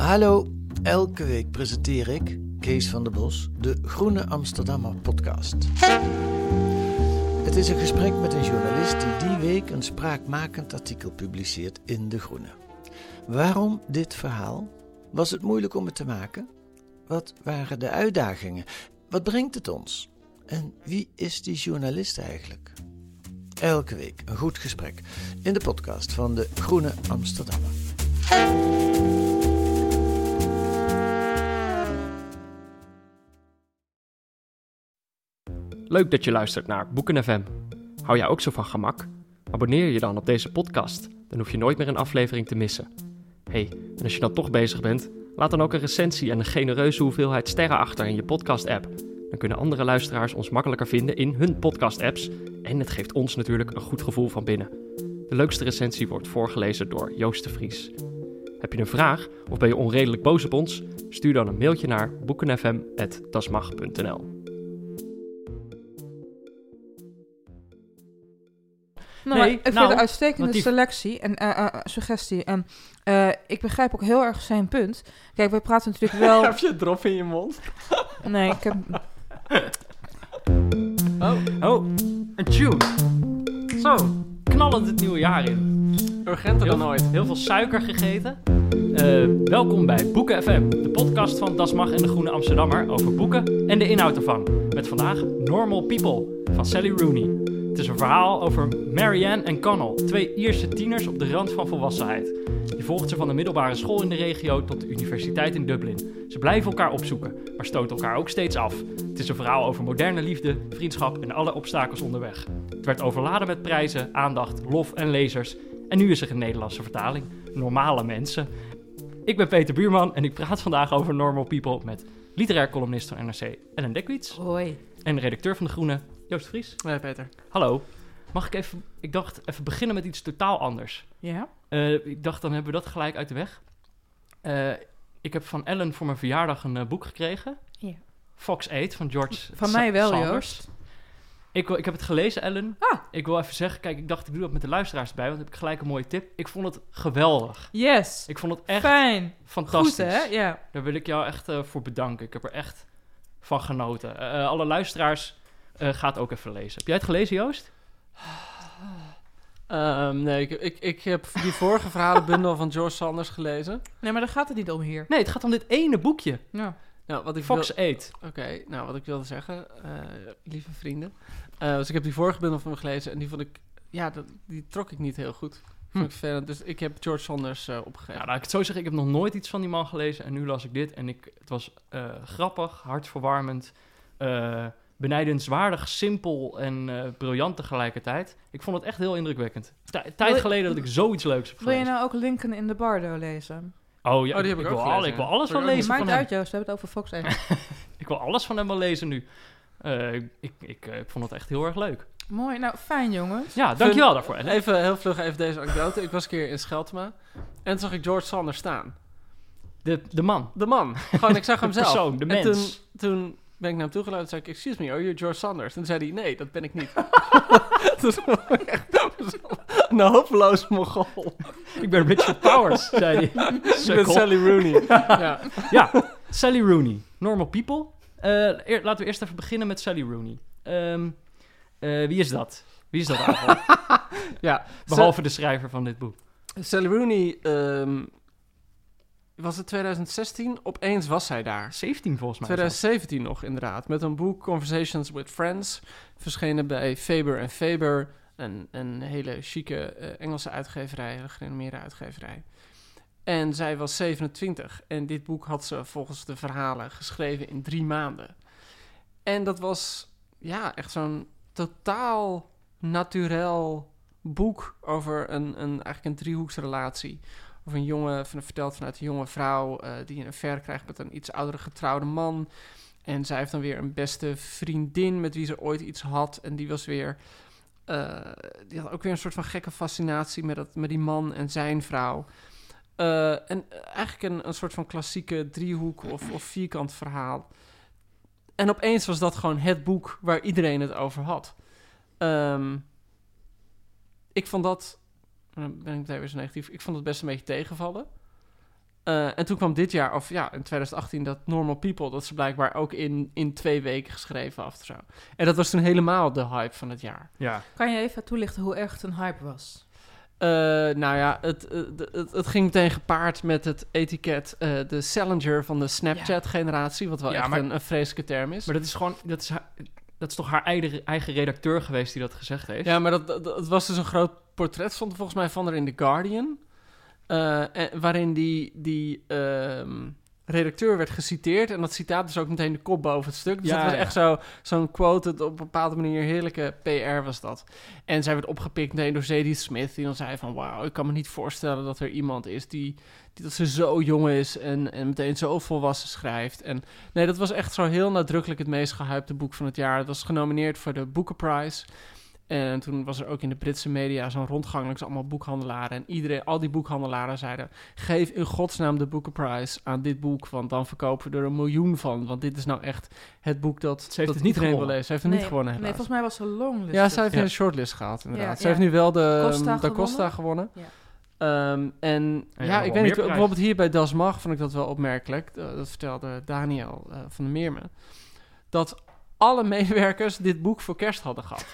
Hallo, elke week presenteer ik, Kees van der Bos, de Groene Amsterdammer podcast. Het is een gesprek met een journalist die week een spraakmakend artikel publiceert in De Groene. Waarom dit verhaal? Was het moeilijk om het te maken? Wat waren de uitdagingen? Wat brengt het ons? En wie is die journalist eigenlijk? Elke week een goed gesprek in de podcast van de Groene Amsterdammer. Leuk dat je luistert naar Boeken FM. Hou jij ook zo van gemak? Abonneer je dan op deze podcast, dan hoef je nooit meer een aflevering te missen. En als je dan toch bezig bent, laat dan ook een recensie en een genereuze hoeveelheid sterren achter in je podcast-app. Dan kunnen andere luisteraars ons makkelijker vinden in hun podcast-apps en het geeft ons natuurlijk een goed gevoel van binnen. De leukste recensie wordt voorgelezen door Joost de Vries. Heb je een vraag of ben je onredelijk boos op ons? Stuur dan een mailtje naar boekenfm@dasmag.nl. Ik vind het een uitstekende selectie en suggestie. En ik begrijp ook heel erg zijn punt. Kijk, wij praten natuurlijk wel... Heb je het drop in je mond? Nee, ik heb... Oh, een tune. Zo, knallend het nieuwe jaar in. Urgenter dan ooit. Heel veel suiker gegeten. Welkom bij Boeken FM, de podcast van Das Mag en de Groene Amsterdammer over boeken en de inhoud ervan. Met vandaag Normal People van Sally Rooney. Het is een verhaal over Marianne en Connell, twee Ierse tieners op de rand van volwassenheid. Je volgt ze van de middelbare school in de regio tot de universiteit in Dublin. Ze blijven elkaar opzoeken, maar stoten elkaar ook steeds af. Het is een verhaal over moderne liefde, vriendschap en alle obstakels onderweg. Het werd overladen met prijzen, aandacht, lof en lezers. En nu is er een Nederlandse vertaling, Normale Mensen. Ik ben Peter Buurman en ik praat vandaag over Normal People met literair columnist van NRC Ellen Dekwits. Hoi. En redacteur van De Groene, Joost Vries. Nee, Peter. Hallo. Mag ik even... Ik dacht even beginnen met iets totaal anders. Ja? Ik dacht, dan hebben we dat gelijk uit de weg. Ik heb van Ellen voor mijn verjaardag een boek gekregen. Ja. Fox 8 van George Van mij wel, Sanders. Joost. Ik heb het gelezen, Ellen. Ah. Ik wil even zeggen, kijk, ik dacht, ik doe dat met de luisteraars erbij, want dan heb ik gelijk een mooie tip. Ik vond het geweldig. Yes. Ik vond het echt Fijn. fantastisch. Goed, hè? Ja. Daar wil ik jou echt voor bedanken. Ik heb er echt van genoten. Alle luisteraars... ga het ook even lezen. Heb jij het gelezen, Joost? Nee, ik heb die vorige verhalenbundel van George Sanders gelezen. Nee, maar daar gaat het niet om hier. Nee, het gaat om dit ene boekje. Ja. Nou, wat ik Fox 8. Oké, nou, wat ik wilde zeggen, lieve vrienden. Dus ik heb die vorige bundel van me gelezen en die vond ik... Ja, die trok ik niet heel goed. Vond ik vervelend. Dus ik heb George Sanders opgegeven. Nou, laat ik het zo zeggen. Ik heb nog nooit iets van die man gelezen. En nu las ik dit. En het was grappig, hartverwarmend... benijdenswaardig, simpel en briljant tegelijkertijd. Ik vond het echt heel indrukwekkend. Tijd geleden dat ik zoiets leuks heb Wil je gelezen. nou ook Lincoln in the Bardo lezen? Oh ja, die heb ik ook wil gelezen, ik wil ja. alles van lezen Maakt van hem. uit, Joost. We hebben het over Fox 1. Ik wil alles van hem wel lezen nu. Ik vond het echt heel erg leuk. Mooi. Nou, fijn, jongens. Ja, dankjewel daarvoor, Ellen. Even heel vlug deze anekdote. Ik was een keer in Scheltema en toen zag ik George Sanders staan. De man. De man. Gewoon, ik zag hem De zelf. persoon, de en mens. toen ben ik naar hem toegeluid en zei ik, excuse me, are you George Sanders? En toen zei hij, nee, dat ben ik niet. Toen was ik echt een hopeloos mongool. Ik ben Richard Powers, zei hij. Ik ben Sally Rooney. Ja. Ja, Sally Rooney. Normal People. Laten we eerst even beginnen met Sally Rooney. Wie is dat? Wie is dat eigenlijk? Ja. Behalve de schrijver van dit boek. Sally Rooney, was het 2016? Opeens was zij daar. 17 volgens mij. 2017 nog, inderdaad. Met een boek, Conversations with Friends. Verschenen bij Faber & Faber. Een hele chique Engelse uitgeverij. Een gerenommeerde uitgeverij. En zij was 27. En dit boek had ze volgens de verhalen geschreven in 3 maanden. En dat was ja echt zo'n totaal naturel boek over eigenlijk een driehoeksrelatie. Of een jongen, verteld vanuit een jonge vrouw die een affaire krijgt met een iets oudere getrouwde man. En zij heeft dan weer een beste vriendin met wie ze ooit iets had. En die was weer, die had ook weer een soort van gekke fascinatie met die man en zijn vrouw. En eigenlijk een soort van klassieke driehoek of vierkant verhaal. En opeens was dat gewoon het boek waar iedereen het over had. Ik vond dat... Dan ben ik meteen weer zo negatief. Ik vond het best een beetje tegenvallen. En toen kwam dit jaar, of ja, in 2018, dat Normal People, dat ze blijkbaar ook in 2 weken geschreven af of zo. En dat was toen helemaal de hype van het jaar. Ja. Kan je even toelichten hoe echt een hype was? Nou ja, het ging meteen gepaard met het etiket de Challenger van de Snapchat-generatie, wat wel echt een vreselijke term is. Maar dat is toch haar eigen redacteur geweest die dat gezegd heeft? Ja, maar dat was dus een groot portret, stond er volgens mij van haar in The Guardian. Waarin die redacteur werd geciteerd. En dat citaat is ook meteen de kop boven het stuk. Dus dat was echt zo'n quote. Op een bepaalde manier heerlijke PR was dat. En zij werd opgepikt meteen door Zadie Smith. Die dan zei van, wauw, ik kan me niet voorstellen dat er iemand is dat ze zo jong is en meteen zo volwassen schrijft. En nee, dat was echt zo heel nadrukkelijk het meest gehypte boek van het jaar. Het was genomineerd voor de Booker Prize. En toen was er ook in de Britse media zo'n rondgang langs allemaal boekhandelaren. En al die boekhandelaren zeiden, geef in godsnaam de Booker Prize aan dit boek, want dan verkopen we er 1 miljoen van. Want dit is nou echt het boek dat iedereen wil lezen. Ze heeft het niet gewonnen, helaas. Nee, volgens mij was ze longlist. Ja, ze heeft een shortlist gehad, inderdaad. Ze heeft nu wel de Costa gewonnen. Ja. Ik weet niet, bijvoorbeeld hier bij Das Mag vond ik dat wel opmerkelijk. Dat vertelde Daniel van der Meermen. Dat alle medewerkers dit boek voor kerst hadden gehad.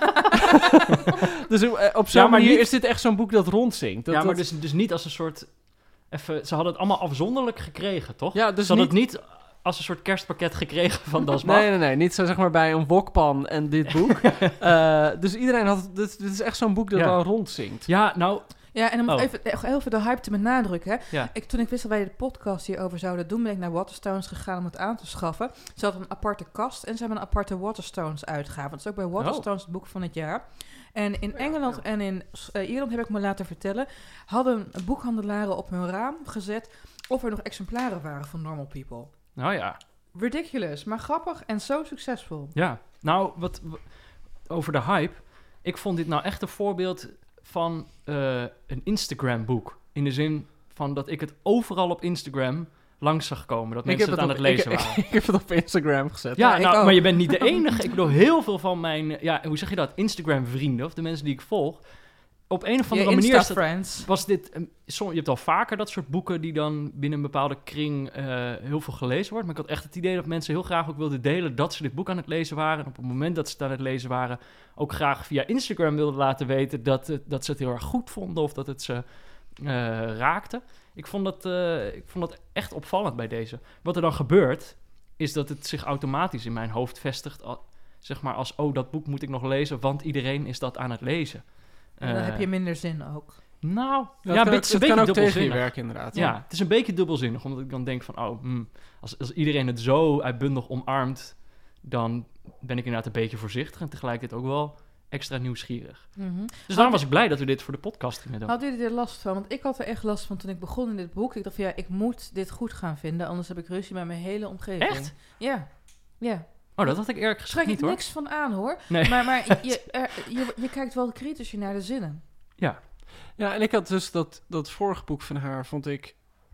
Dus op zo'n manier is dit echt zo'n boek dat rondzinkt. Maar dus niet als een soort... Ze hadden het allemaal afzonderlijk gekregen, toch? Ja, dus ze hadden het niet als een soort kerstpakket gekregen van Das Mag. Nee. Niet zo zeg maar bij een wokpan en dit boek. Dus iedereen had... Dit is echt zo'n boek dat wel rondzinkt. Ja, nou... Ja, en om even de hype te benadrukken. Hè. Ja. Toen ik wist dat wij de podcast hierover zouden doen, ben ik naar Waterstones gegaan om het aan te schaffen. Ze hadden een aparte kast en ze hebben een aparte Waterstones uitgave. Dat is ook bij Waterstones het boek van het jaar. En in Engeland en in Ierland, heb ik me laten vertellen, hadden boekhandelaren op hun raam gezet of er nog exemplaren waren van Normal People. Nou ja. Ridiculous, maar grappig en zo succesvol. Ja, nou, wat over de hype. Ik vond dit nou echt een voorbeeld van een Instagram-boek. In de zin van dat ik het overal op Instagram langs zag komen. Dat mensen het aan het lezen waren. Ik heb het op Instagram gezet. Ja, maar je bent niet de enige. Ik bedoel, heel veel van mijn... Ja, hoe zeg je dat? Instagram-vrienden of de mensen die ik volg. Op een of andere manier was dit... Je hebt al vaker dat soort boeken die dan binnen een bepaalde kring heel veel gelezen wordt. Maar ik had echt het idee dat mensen heel graag ook wilden delen dat ze dit boek aan het lezen waren. En op het moment dat ze het aan het lezen waren, ook graag via Instagram wilden laten weten dat ze het heel erg goed vonden of dat het ze raakte. Ik vond dat echt opvallend bij deze. Wat er dan gebeurt, is dat het zich automatisch in mijn hoofd vestigt. Zeg maar als, dat boek moet ik nog lezen, want iedereen is dat aan het lezen. En dan heb je minder zin ook. Nou, het kan ook tegen je werken inderdaad. Ja, het is een beetje dubbelzinnig, omdat ik dan denk van, als iedereen het zo uitbundig omarmt, dan ben ik inderdaad een beetje voorzichtig en tegelijkertijd ook wel extra nieuwsgierig. Mm-hmm. Dus daarom was ik blij dat we dit voor de podcast gingen doen. Hadden jullie er last van? Want ik had er echt last van toen ik begon in dit boek. Ik dacht van, ik moet dit goed gaan vinden, anders heb ik ruzie met mijn hele omgeving. Echt? Ja. Oh, dat had ik eerlijk gezegd niet, hoor. Niks van aan, hoor. Nee. Maar je kijkt wel kritischer naar de zinnen. Ja. Ja, en ik had dus dat vorige boek van haar, vond ik...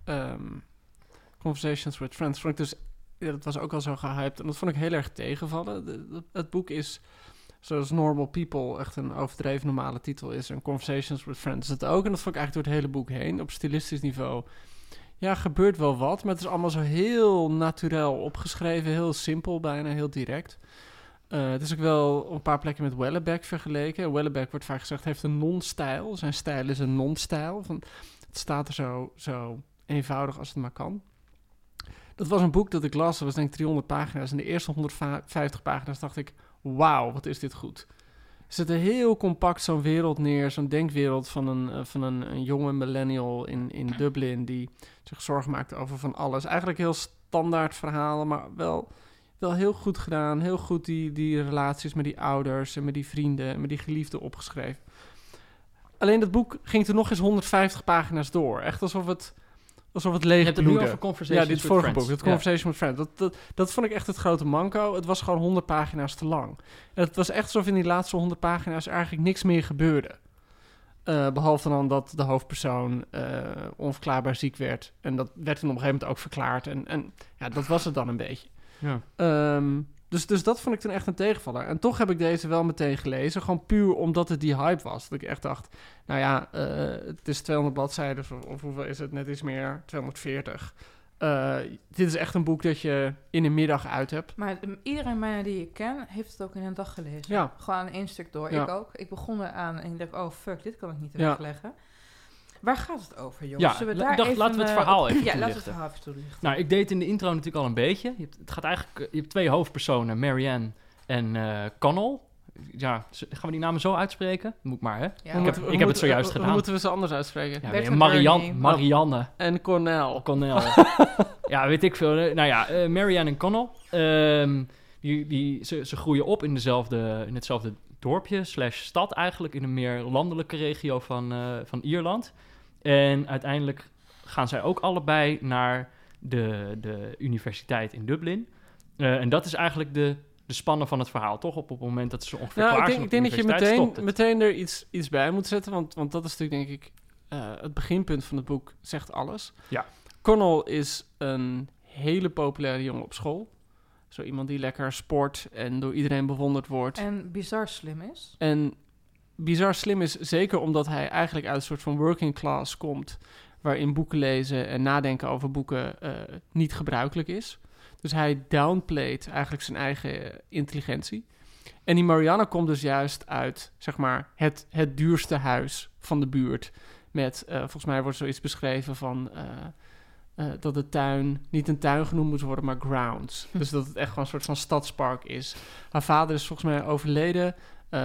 Conversations with Friends, vond ik dus... Ja, dat was ook al zo gehyped. En dat vond ik heel erg tegenvallen. Het boek is, zoals Normal People echt een overdreven normale titel is. En Conversations with Friends is het ook. En dat vond ik eigenlijk door het hele boek heen, op stilistisch niveau... Ja, gebeurt wel wat, maar het is allemaal zo heel naturel opgeschreven. Heel simpel bijna, heel direct. Het is ook wel op een paar plekken met Wellebeck vergeleken. Wellebeck wordt vaak gezegd, heeft een non-stijl. Zijn stijl is een non-stijl. Het staat er zo eenvoudig als het maar kan. Dat was een boek dat ik las, dat was denk ik 300 pagina's. En de eerste 150 pagina's dacht ik, wauw, wat is dit goed. Er zit er heel compact zo'n wereld neer, zo'n denkwereld van een jonge millennial in Dublin die zich zorgen maakt over van alles. Eigenlijk heel standaard verhalen, maar wel heel goed gedaan. Heel goed die relaties met die ouders en met die vrienden en met die geliefden opgeschreven. Alleen dat boek ging er nog eens 150 pagina's door. Echt alsof het leeg bloedde. Je hebt het nu over Conversations dit vorige boek, het Conversation with Friends. Dat vond ik echt het grote manco. Het was gewoon 100 pagina's te lang. En het was echt alsof in die laatste 100 pagina's eigenlijk niks meer gebeurde. Behalve dan dat de hoofdpersoon onverklaarbaar ziek werd. En dat werd toen op een gegeven moment ook verklaard. En dat was het dan een beetje. Ja. Dus dat vond ik toen echt een tegenvaller. En toch heb ik deze wel meteen gelezen. Gewoon puur omdat het die hype was. Dat ik echt dacht, nou ja, het is 200 bladzijden. Of hoeveel is het? Net iets meer, 240. Dit is echt een boek dat je in een middag uit hebt. Maar iedereen bijna die ik ken, heeft het ook in een dag gelezen. Ja. Gewoon in één stuk door. Ja. Ik ook. Ik begon eraan en ik dacht, oh fuck, dit kan ik niet Ja. wegleggen. Waar gaat het over, jongens? Ja, Zullen ik dacht, laten we het verhaal even Ja, laten we het toelichten. verhaal even toelichten. Nou, ik deed het in de intro natuurlijk al een beetje. Het gaat eigenlijk, je hebt 2 hoofdpersonen, Marianne en Connell. Ja, gaan we die namen zo uitspreken? Moet maar, hè? Ja, ik heb het zojuist Hoe gedaan. moeten we ze anders uitspreken? Ja, Bert weer van Marianne. Ernie. Marianne. En Cornell. Connell. Ja, weet ik veel. Nou ja, Marianne en Connell. Ze groeien op in hetzelfde dorpje / stad eigenlijk. In een meer landelijke regio van Ierland. En uiteindelijk gaan zij ook allebei naar de universiteit in Dublin. En dat is eigenlijk de spannen van het verhaal, toch? Op het moment dat ze ongeveer klaar zijn ik op de denk dat je universiteit, stopt het. meteen er iets bij moet zetten. Want dat is natuurlijk, denk ik, het beginpunt van het boek zegt alles. Ja. Connell is een hele populaire jongen op school. Zo iemand die lekker sport en door iedereen bewonderd wordt. En bizar slim is. En bizar slim is zeker omdat hij eigenlijk uit een soort van working class komt, waarin boeken lezen en nadenken over boeken niet gebruikelijk is. Dus hij downplayt eigenlijk zijn eigen intelligentie. En die Marianne komt dus juist uit, zeg maar, het duurste huis van de buurt. Met, volgens mij wordt zoiets beschreven van dat de tuin niet een tuin genoemd moet worden, maar grounds. Dus dat het echt gewoon een soort van stadspark is. Haar vader is volgens mij overleden.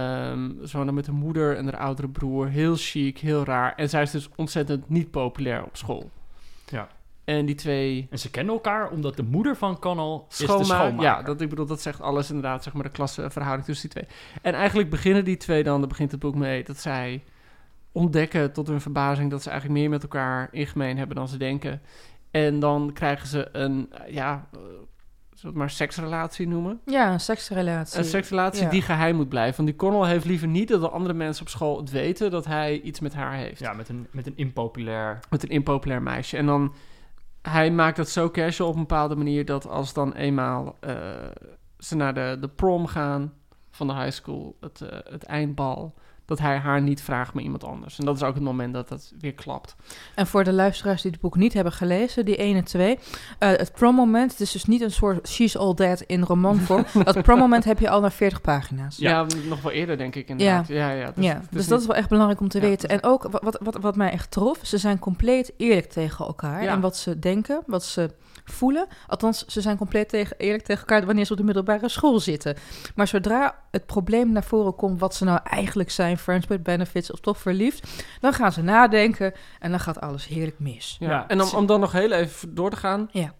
Zo dan met haar moeder en haar oudere broer. Heel chic, heel raar. En zij is dus ontzettend niet populair op school. Ja. En die twee... En ze kennen elkaar omdat de moeder van Connell is de schoonmaker. schoonmaker. Ja, dat zegt alles inderdaad, zeg maar, de klassenverhouding tussen die twee. En eigenlijk beginnen die twee dan, daar begint het boek mee, dat zij ontdekken tot hun verbazing dat ze eigenlijk meer met elkaar in gemeen hebben dan ze denken. En dan krijgen ze een, zullen we het maar seksrelatie noemen? Ja, een seksrelatie. Een seksrelatie Ja. die geheim moet blijven. Want die Connell heeft liever niet dat de andere mensen op school het weten dat hij iets met haar heeft. Ja, met een impopulair... Met een impopulair meisje. En dan, hij maakt dat zo casual op een bepaalde manier dat als dan eenmaal ze naar de prom gaan van de high school, het eindbal, dat hij haar niet vraagt, maar iemand anders. En dat is ook het moment dat dat weer klapt. En voor de luisteraars die het boek niet hebben gelezen, die 1 en 2. Het prommoment, het is dus niet een soort She's All Dead in romanvorm. Dat prommoment heb je al naar 40 pagina's. Ja, nog wel eerder, denk ik inderdaad. Dus dat is wel echt belangrijk om te weten. En ook, wat mij echt trof, ze zijn compleet eerlijk tegen elkaar. Ja. En wat ze denken, wat ze voelen. Althans, ze zijn compleet eerlijk tegen elkaar wanneer ze op de middelbare school zitten. Maar zodra het probleem naar voren komt wat ze nou eigenlijk zijn, friends with benefits of toch verliefd, dan gaan ze nadenken en dan gaat alles heerlijk mis. Ja. En om dan nog heel even door te gaan. Ja.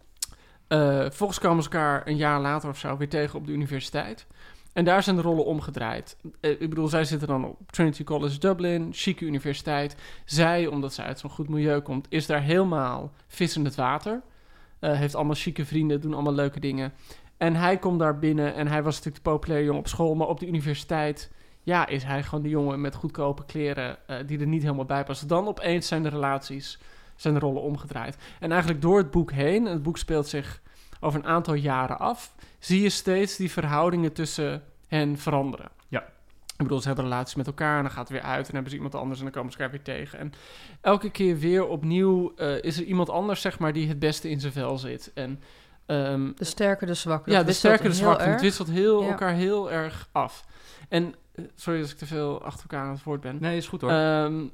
Volgens komen ze elkaar een jaar later of zo weer tegen op de universiteit. En daar zijn de rollen omgedraaid. Ik bedoel, zij zitten dan op Trinity College Dublin, chique universiteit. Zij, omdat zij uit zo'n goed milieu komt, is daar helemaal vis in het water. Heeft allemaal chique vrienden, doen allemaal leuke dingen. En hij komt daar binnen en hij was natuurlijk de populaire jongen op school. Maar op de universiteit, ja, is hij gewoon de jongen met goedkope kleren die er niet helemaal bij passen. Dan opeens zijn de relaties, zijn de rollen omgedraaid. En eigenlijk door het boek heen, en het boek speelt zich over een aantal jaren af, zie je steeds die verhoudingen tussen hen veranderen. Ja. Ik bedoel, ze hebben relaties met elkaar en dan gaat het weer uit en dan hebben ze iemand anders en dan komen ze elkaar weer tegen. En elke keer weer opnieuw is er iemand anders, zeg maar, die het beste in zijn vel zit. En De sterke, de zwakke. ja, Dat de sterke, de wisselt zwakke. heel Het erg. wisselt Ja. elkaar heel erg af. En, sorry als ik te veel achter elkaar aan het woord ben. Nee, is goed hoor.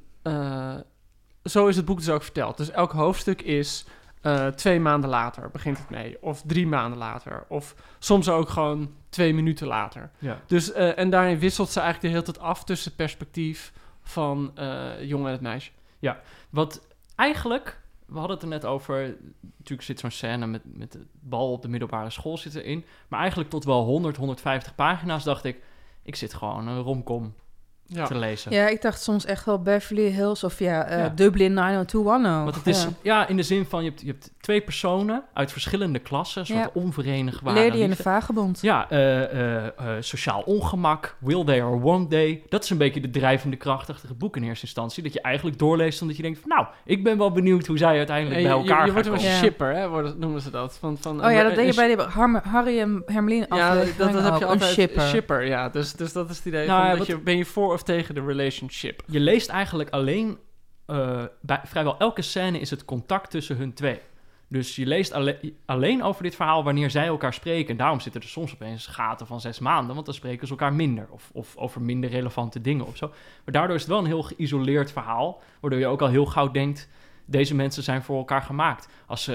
Zo is het boek dus ook verteld. Dus elk hoofdstuk is 2 maanden later begint het mee. Of 3 maanden later. Of soms ook gewoon 2 minuten later. Ja. Dus, en daarin wisselt ze eigenlijk de hele tijd af tussen het perspectief van jongen en het meisje. Wat eigenlijk, we hadden het er net over, natuurlijk zit zo'n scène met de bal op de middelbare school zit erin. Maar eigenlijk tot wel 100, 150 pagina's dacht ik zit gewoon een romcom te lezen. Ja, ik dacht soms echt wel Beverly Hills of Dublin 90210. Want het is in de zin van je hebt 2 personen uit verschillende klassen, een soort onverenigbare Lady en de Vagebond. Ja, sociaal ongemak, will they or won't they. Dat is een beetje de drijvende kracht achter het boek in eerste instantie. Dat je eigenlijk doorleest omdat je denkt van, nou, ik ben wel benieuwd hoe zij uiteindelijk bij elkaar gaan. Je wordt een shipper, hè, noemen ze dat. Dat deed je bij de Harry en Hermeline aflevering. Ja, dat heb je altijd. Een shipper, ja. Dus dat is het idee van, ben je voor of tegen de relationship? Je leest eigenlijk alleen, bij vrijwel elke scène is het contact tussen hun 2. Dus je leest alleen over dit verhaal wanneer zij elkaar spreken. En daarom zitten er soms opeens gaten van 6 maanden, want dan spreken ze elkaar minder. Of over minder relevante dingen of zo. Maar daardoor is het wel een heel geïsoleerd verhaal, waardoor je ook al heel gauw denkt, deze mensen zijn voor elkaar gemaakt. Als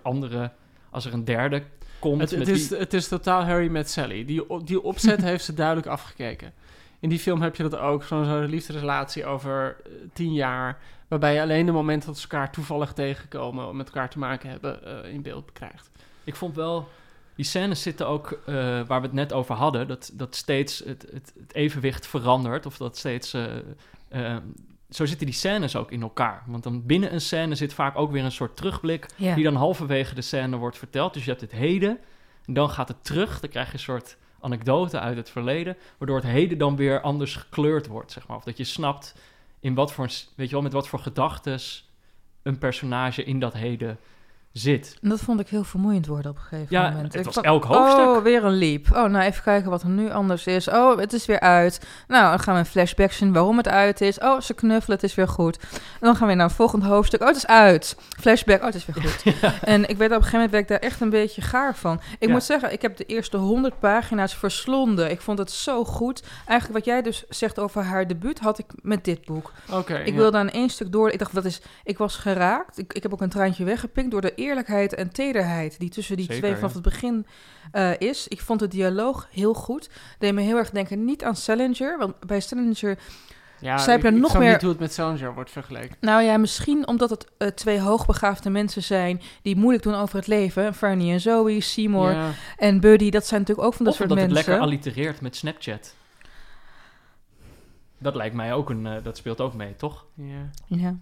er een derde komt. Het is totaal Harry met Sally. Die opzet heeft ze duidelijk afgekeken. In die film heb je dat ook, zo'n liefdesrelatie over 10 jaar, waarbij je alleen de momenten dat ze elkaar toevallig tegenkomen of met elkaar te maken hebben in beeld krijgt. Ik vond wel, die scènes zitten ook, waar we het net over hadden, dat steeds het evenwicht verandert, of dat steeds, zo zitten die scènes ook in elkaar. Want dan binnen een scène zit vaak ook weer een soort terugblik, die dan halverwege de scène wordt verteld. Dus je hebt het heden, en dan gaat het terug, dan krijg je een soort anekdote uit het verleden, waardoor het heden dan weer anders gekleurd wordt, zeg maar. Of dat je snapt in wat voor, met wat voor gedachtes een personage in dat heden zit. En dat vond ik heel vermoeiend worden op een gegeven moment. Het was elk hoofdstuk. Oh, weer een leap. Oh, nou even kijken wat er nu anders is. Oh, het is weer uit. Nou, dan gaan we een flashback zien waarom het uit is. Oh, ze knuffelen, het is weer goed. En dan gaan we naar een volgend hoofdstuk. Oh, het is uit. Flashback, oh, het is weer goed. Ja. En ik weet op een gegeven moment werd ik daar echt een beetje gaar van. Ik moet zeggen, ik heb de eerste 100 pagina's verslonden. Ik vond het zo goed. Eigenlijk wat jij dus zegt over haar debuut, had ik met dit boek. Ik wilde aan 1 stuk door. Ik dacht, ik was geraakt. Ik heb ook een traantje weggepikt door de eerlijkheid en tederheid die tussen die twee vanaf het begin is. Ik vond de dialoog heel goed. Deed me heel erg denken niet aan Salinger, want bij Salinger zij hebben nog meer. Niet hoe het met Salinger wordt vergeleken. Nou ja, misschien omdat het 2 hoogbegaafde mensen zijn die moeilijk doen over het leven. Fernie en Zoe, Seymour en Buddy, dat zijn natuurlijk ook van dat soort mensen. Of dat het lekker allitereert met Snapchat. Dat lijkt mij ook dat speelt ook mee, toch? Ja.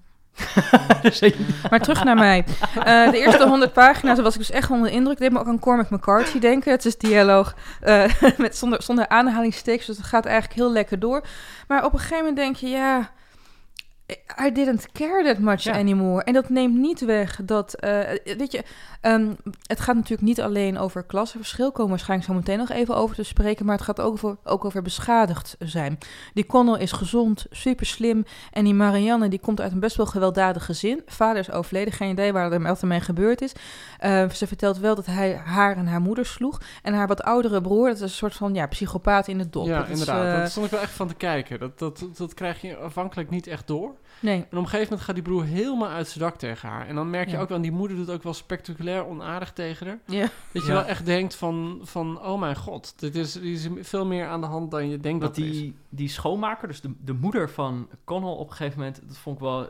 Maar terug naar mij. De eerste 100 pagina's was ik dus echt onder de indruk. Deed me ook aan Cormac McCarthy denken. Het is dialoog zonder aanhalingstekens. Dus het gaat eigenlijk heel lekker door. Maar op een gegeven moment denk je, I didn't care that much anymore. En dat neemt niet weg dat, weet je, het gaat natuurlijk niet alleen over klassenverschil. Komen we waarschijnlijk zo meteen nog even over te spreken. Maar het gaat ook over beschadigd zijn. Die Connell is gezond, super slim. En die Marianne, die komt uit een best wel gewelddadig gezin. Vader is overleden, geen idee waar er met mee gebeurd is. Ze vertelt wel dat hij haar en haar moeder sloeg. En haar wat oudere broer, dat is een soort van psychopaat in het dop. Ja, inderdaad. Daar stond ik wel echt van te kijken. Dat krijg je afhankelijk niet echt door. Nee. En op een gegeven moment gaat die broer helemaal uit zijn dak tegen haar. En dan merk je ook wel, die moeder doet ook wel spectaculair onaardig tegen haar. Ja. Dat je wel echt denkt van oh mijn god, er is veel meer aan de hand dan je denkt dat is. Die schoonmaker, dus de moeder van Connell op een gegeven moment, dat vond ik wel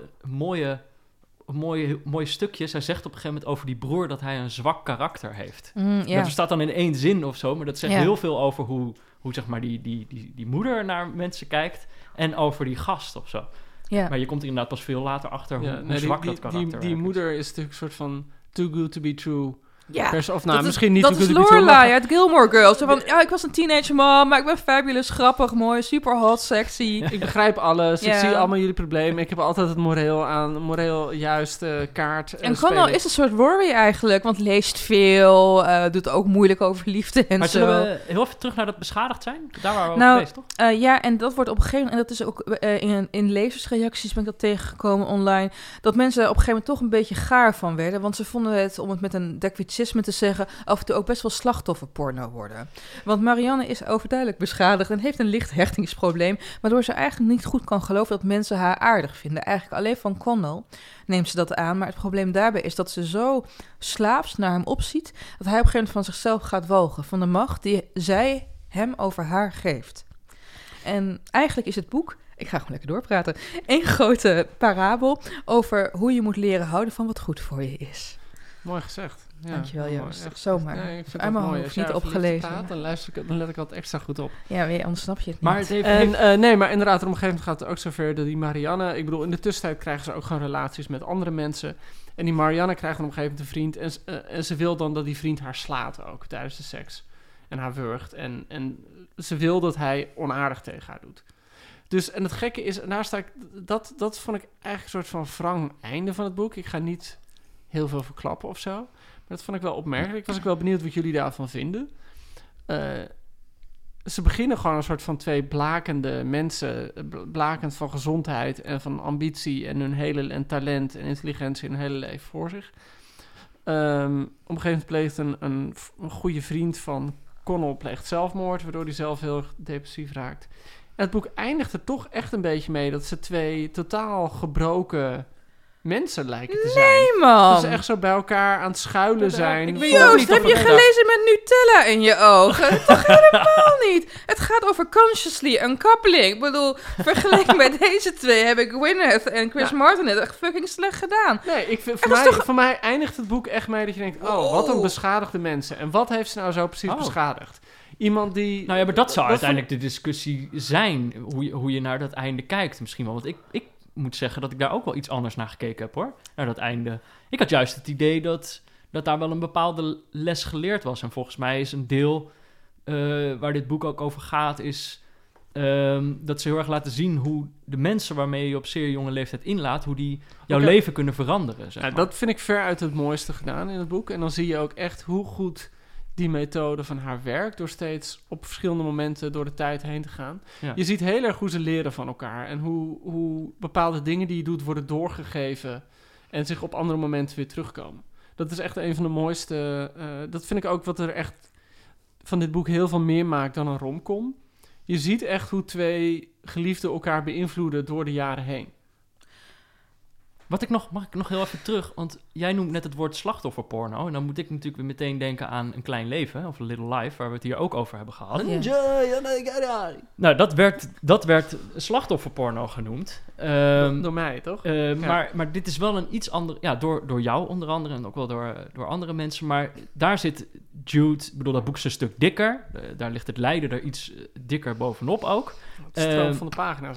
een mooie stukje. Zij zegt op een gegeven moment over die broer dat hij een zwak karakter heeft. Dat staat dan in 1 zin of zo, maar dat zegt heel veel over hoe zeg maar die moeder naar mensen kijkt en over die gast of zo. Ja. Maar je komt er inderdaad pas veel later achter hoe zwak dat karakter die moeder is natuurlijk een soort van too good to be true. Ja, misschien niet. Dat is Lorelai uit Gilmore Girls. Zo van, ik was een teenager mom, maar ik ben fabulous, grappig, mooi, super hot, sexy. Ik begrijp alles. Ik zie allemaal jullie problemen. Ik heb altijd het moreel juiste kaart. En Connell is een soort Rory eigenlijk, want leest veel, doet ook moeilijk over liefde en maar zo. Maar zullen we heel even terug naar dat beschadigd zijn? Daar waren we over geweest, toch? En dat wordt op een gegeven moment, en dat is ook in lezersreacties ben ik dat tegengekomen online, dat mensen op een gegeven moment toch een beetje gaar van werden, want ze vonden het, om het met een dekwitsisch te zeggen, af en toe ook best wel slachtofferporno worden. Want Marianne is overduidelijk beschadigd en heeft een licht hechtingsprobleem, waardoor ze eigenlijk niet goed kan geloven dat mensen haar aardig vinden. Eigenlijk alleen van Connell neemt ze dat aan, maar het probleem daarbij is dat ze zo slaafs naar hem opziet, dat hij op een gegeven moment van zichzelf gaat walgen, van de macht die zij hem over haar geeft. En eigenlijk is het boek, ik ga gewoon lekker doorpraten, 1 grote parabel over hoe je moet leren houden van wat goed voor je is. Mooi gezegd. Ja, Dankjewel, mooi. Joost. Echt. Zomaar. Nee, ik vind Uit mijn het mooi. hoofd, Als jij niet over liefde opgelezen. praat, dan let ik altijd extra goed op. Ja, weer ontsnap je het niet. Maar het heeft... Nee, maar inderdaad, op een gegeven moment gaat het ook zover dat die Marianne... Ik bedoel, in de tussentijd krijgen ze ook gewoon relaties met andere mensen. En die Marianne krijgt dan op een gegeven moment een vriend. En ze wil dan dat die vriend haar slaat ook tijdens de seks. En haar wurgt. En ze wil dat hij onaardig tegen haar doet. Dus, en het gekke is, en daar sta ik... Dat vond ik eigenlijk een soort van wrang einde van het boek. Ik ga niet heel veel verklappen of zo. Maar dat vond ik wel opmerkelijk. Was ik wel benieuwd wat jullie daarvan vinden. Ze beginnen gewoon een soort van twee blakende mensen, blakend van gezondheid en van ambitie en talent en intelligentie hun hele leven voor zich. Op een gegeven moment pleegt een goede vriend van Connell pleegt zelfmoord, waardoor hij zelf heel erg depressief raakt. En het boek eindigt er toch echt een beetje mee dat ze twee totaal gebroken mensen lijken te zijn. Nee, man. Dat ze echt zo bij elkaar aan het schuilen zijn. Ik weet Joost, niet heb of je ik- gelezen met Nutella in je ogen? Toch helemaal niet. Het gaat over consciously uncouplling. Ik bedoel, vergeleken bij deze twee heb ik Gwyneth en Chris Martin het echt fucking slecht gedaan. Nee, ik vind, dat is toch- voor mij eindigt het boek echt mee dat je denkt... Oh, wat een beschadigde mensen. En wat heeft ze nou zo precies beschadigd? Iemand die... Nou ja, maar dat zou dat uiteindelijk de discussie zijn. Hoe je naar dat einde kijkt misschien wel. Want ik moet zeggen dat ik daar ook wel iets anders naar gekeken heb, hoor. Naar dat einde. Ik had juist het idee dat daar wel een bepaalde les geleerd was. En volgens mij is een deel waar dit boek ook over gaat... is dat ze heel erg laten zien hoe de mensen waarmee je op zeer jonge leeftijd inlaat... hoe die jouw leven kunnen veranderen, zeg maar. Dat vind ik veruit het mooiste gedaan in het boek. En dan zie je ook echt hoe goed die methode van haar werkt... door steeds op verschillende momenten door de tijd heen te gaan. Ja. Je ziet heel erg hoe ze leren van elkaar... en hoe bepaalde dingen die je doet worden doorgegeven... en zich op andere momenten weer terugkomen. Dat is echt een van de mooiste... dat vind ik ook wat er echt van dit boek heel veel meer maakt dan een romcom. Je ziet echt hoe twee geliefden elkaar beïnvloeden door de jaren heen. Mag ik nog heel even terug? Want jij noemt net het woord slachtofferporno. En dan moet ik natuurlijk weer meteen denken aan Een Klein Leven, of A Little Life, waar we het hier ook over hebben gehad. Ja. Nou, dat werd slachtofferporno genoemd. Door mij, toch? Maar dit is wel een iets ander... Ja, door jou onder andere en ook wel door andere mensen. Maar daar zit Jude... Ik bedoel, dat boek is een stuk dikker. Daar ligt het lijden er iets dikker bovenop ook. Het stroom van de pagina's.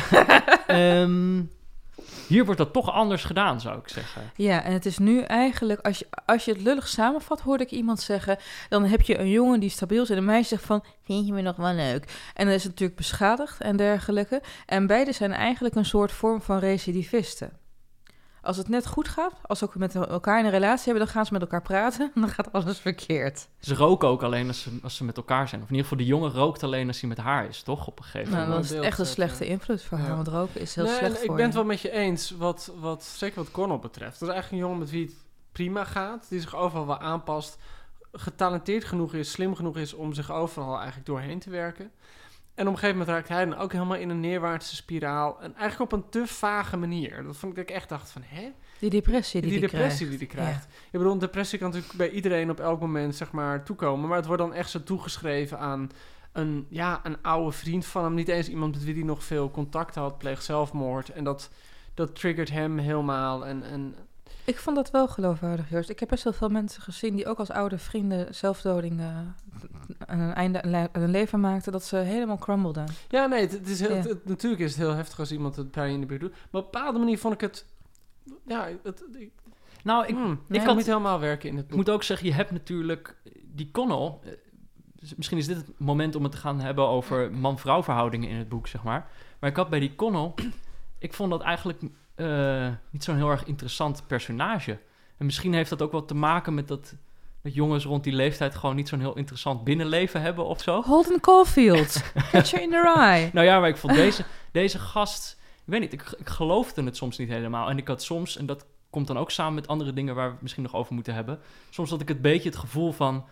Hier wordt dat toch anders gedaan, zou ik zeggen. Ja, en het is nu eigenlijk, als je het lullig samenvat, hoorde ik iemand zeggen, dan heb je een jongen die stabiel is en een meisje zegt van, vind je me nog wel leuk? En dan is het natuurlijk beschadigd en dergelijke. En beide zijn eigenlijk een soort vorm van recidivisten. Als het net goed gaat, als ze ook met elkaar in een relatie hebben, dan gaan ze met elkaar praten en dan gaat alles verkeerd. Ze roken ook alleen als ze met elkaar zijn. Of in ieder geval, de jongen rookt alleen als hij met haar is, toch? Op een gegeven Nou, moment. dat is echt een slechte invloed voor haar, want roken is heel slecht voor ik ben het je. wel met je eens, zeker wat Connell betreft. Dat is eigenlijk een jongen met wie het prima gaat, die zich overal wel aanpast, getalenteerd genoeg is, slim genoeg is om zich overal eigenlijk doorheen te werken. En op een gegeven moment raakt hij dan ook helemaal in een neerwaartse spiraal. En eigenlijk op een te vage manier. Dat vond ik dat ik echt dacht van, hè? Die depressie die hij krijgt. Ja. Ik bedoel, een depressie kan natuurlijk bij iedereen op elk moment, zeg maar, toekomen. Maar het wordt dan echt zo toegeschreven aan een oude vriend van hem. Niet eens iemand met wie hij nog veel contact had, pleegt zelfmoord. En dat triggert hem helemaal. En Ik vond dat wel geloofwaardig, Joost. Ik heb best wel veel mensen gezien die ook als oude vrienden zelfdoding een einde aan hun leven maakten, dat ze helemaal crumbleden. ja, nee, het is heel, natuurlijk is het heel heftig als iemand het bij je in de buurt doet. Maar op een bepaalde manier vond ik het... Ja, Nou, ik kan niet helemaal werken in het Ik boek. moet ook zeggen, je hebt natuurlijk die Connell. Misschien is dit het moment om het te gaan hebben over man-vrouw verhoudingen in het boek, zeg maar. Maar ik had bij die Connell... ik vond dat eigenlijk niet zo'n heel erg interessant personage. En misschien heeft dat ook wel te maken met dat jongens rond die leeftijd gewoon niet zo'n heel interessant binnenleven hebben of zo. Holden Caulfield, Catcher in the Rye. Nou ja, maar ik vond deze gast... Ik weet niet, ik geloofde het soms niet helemaal. En ik had soms, en dat komt dan ook samen met andere dingen waar we het misschien nog over moeten hebben. Soms had ik een beetje het gevoel van...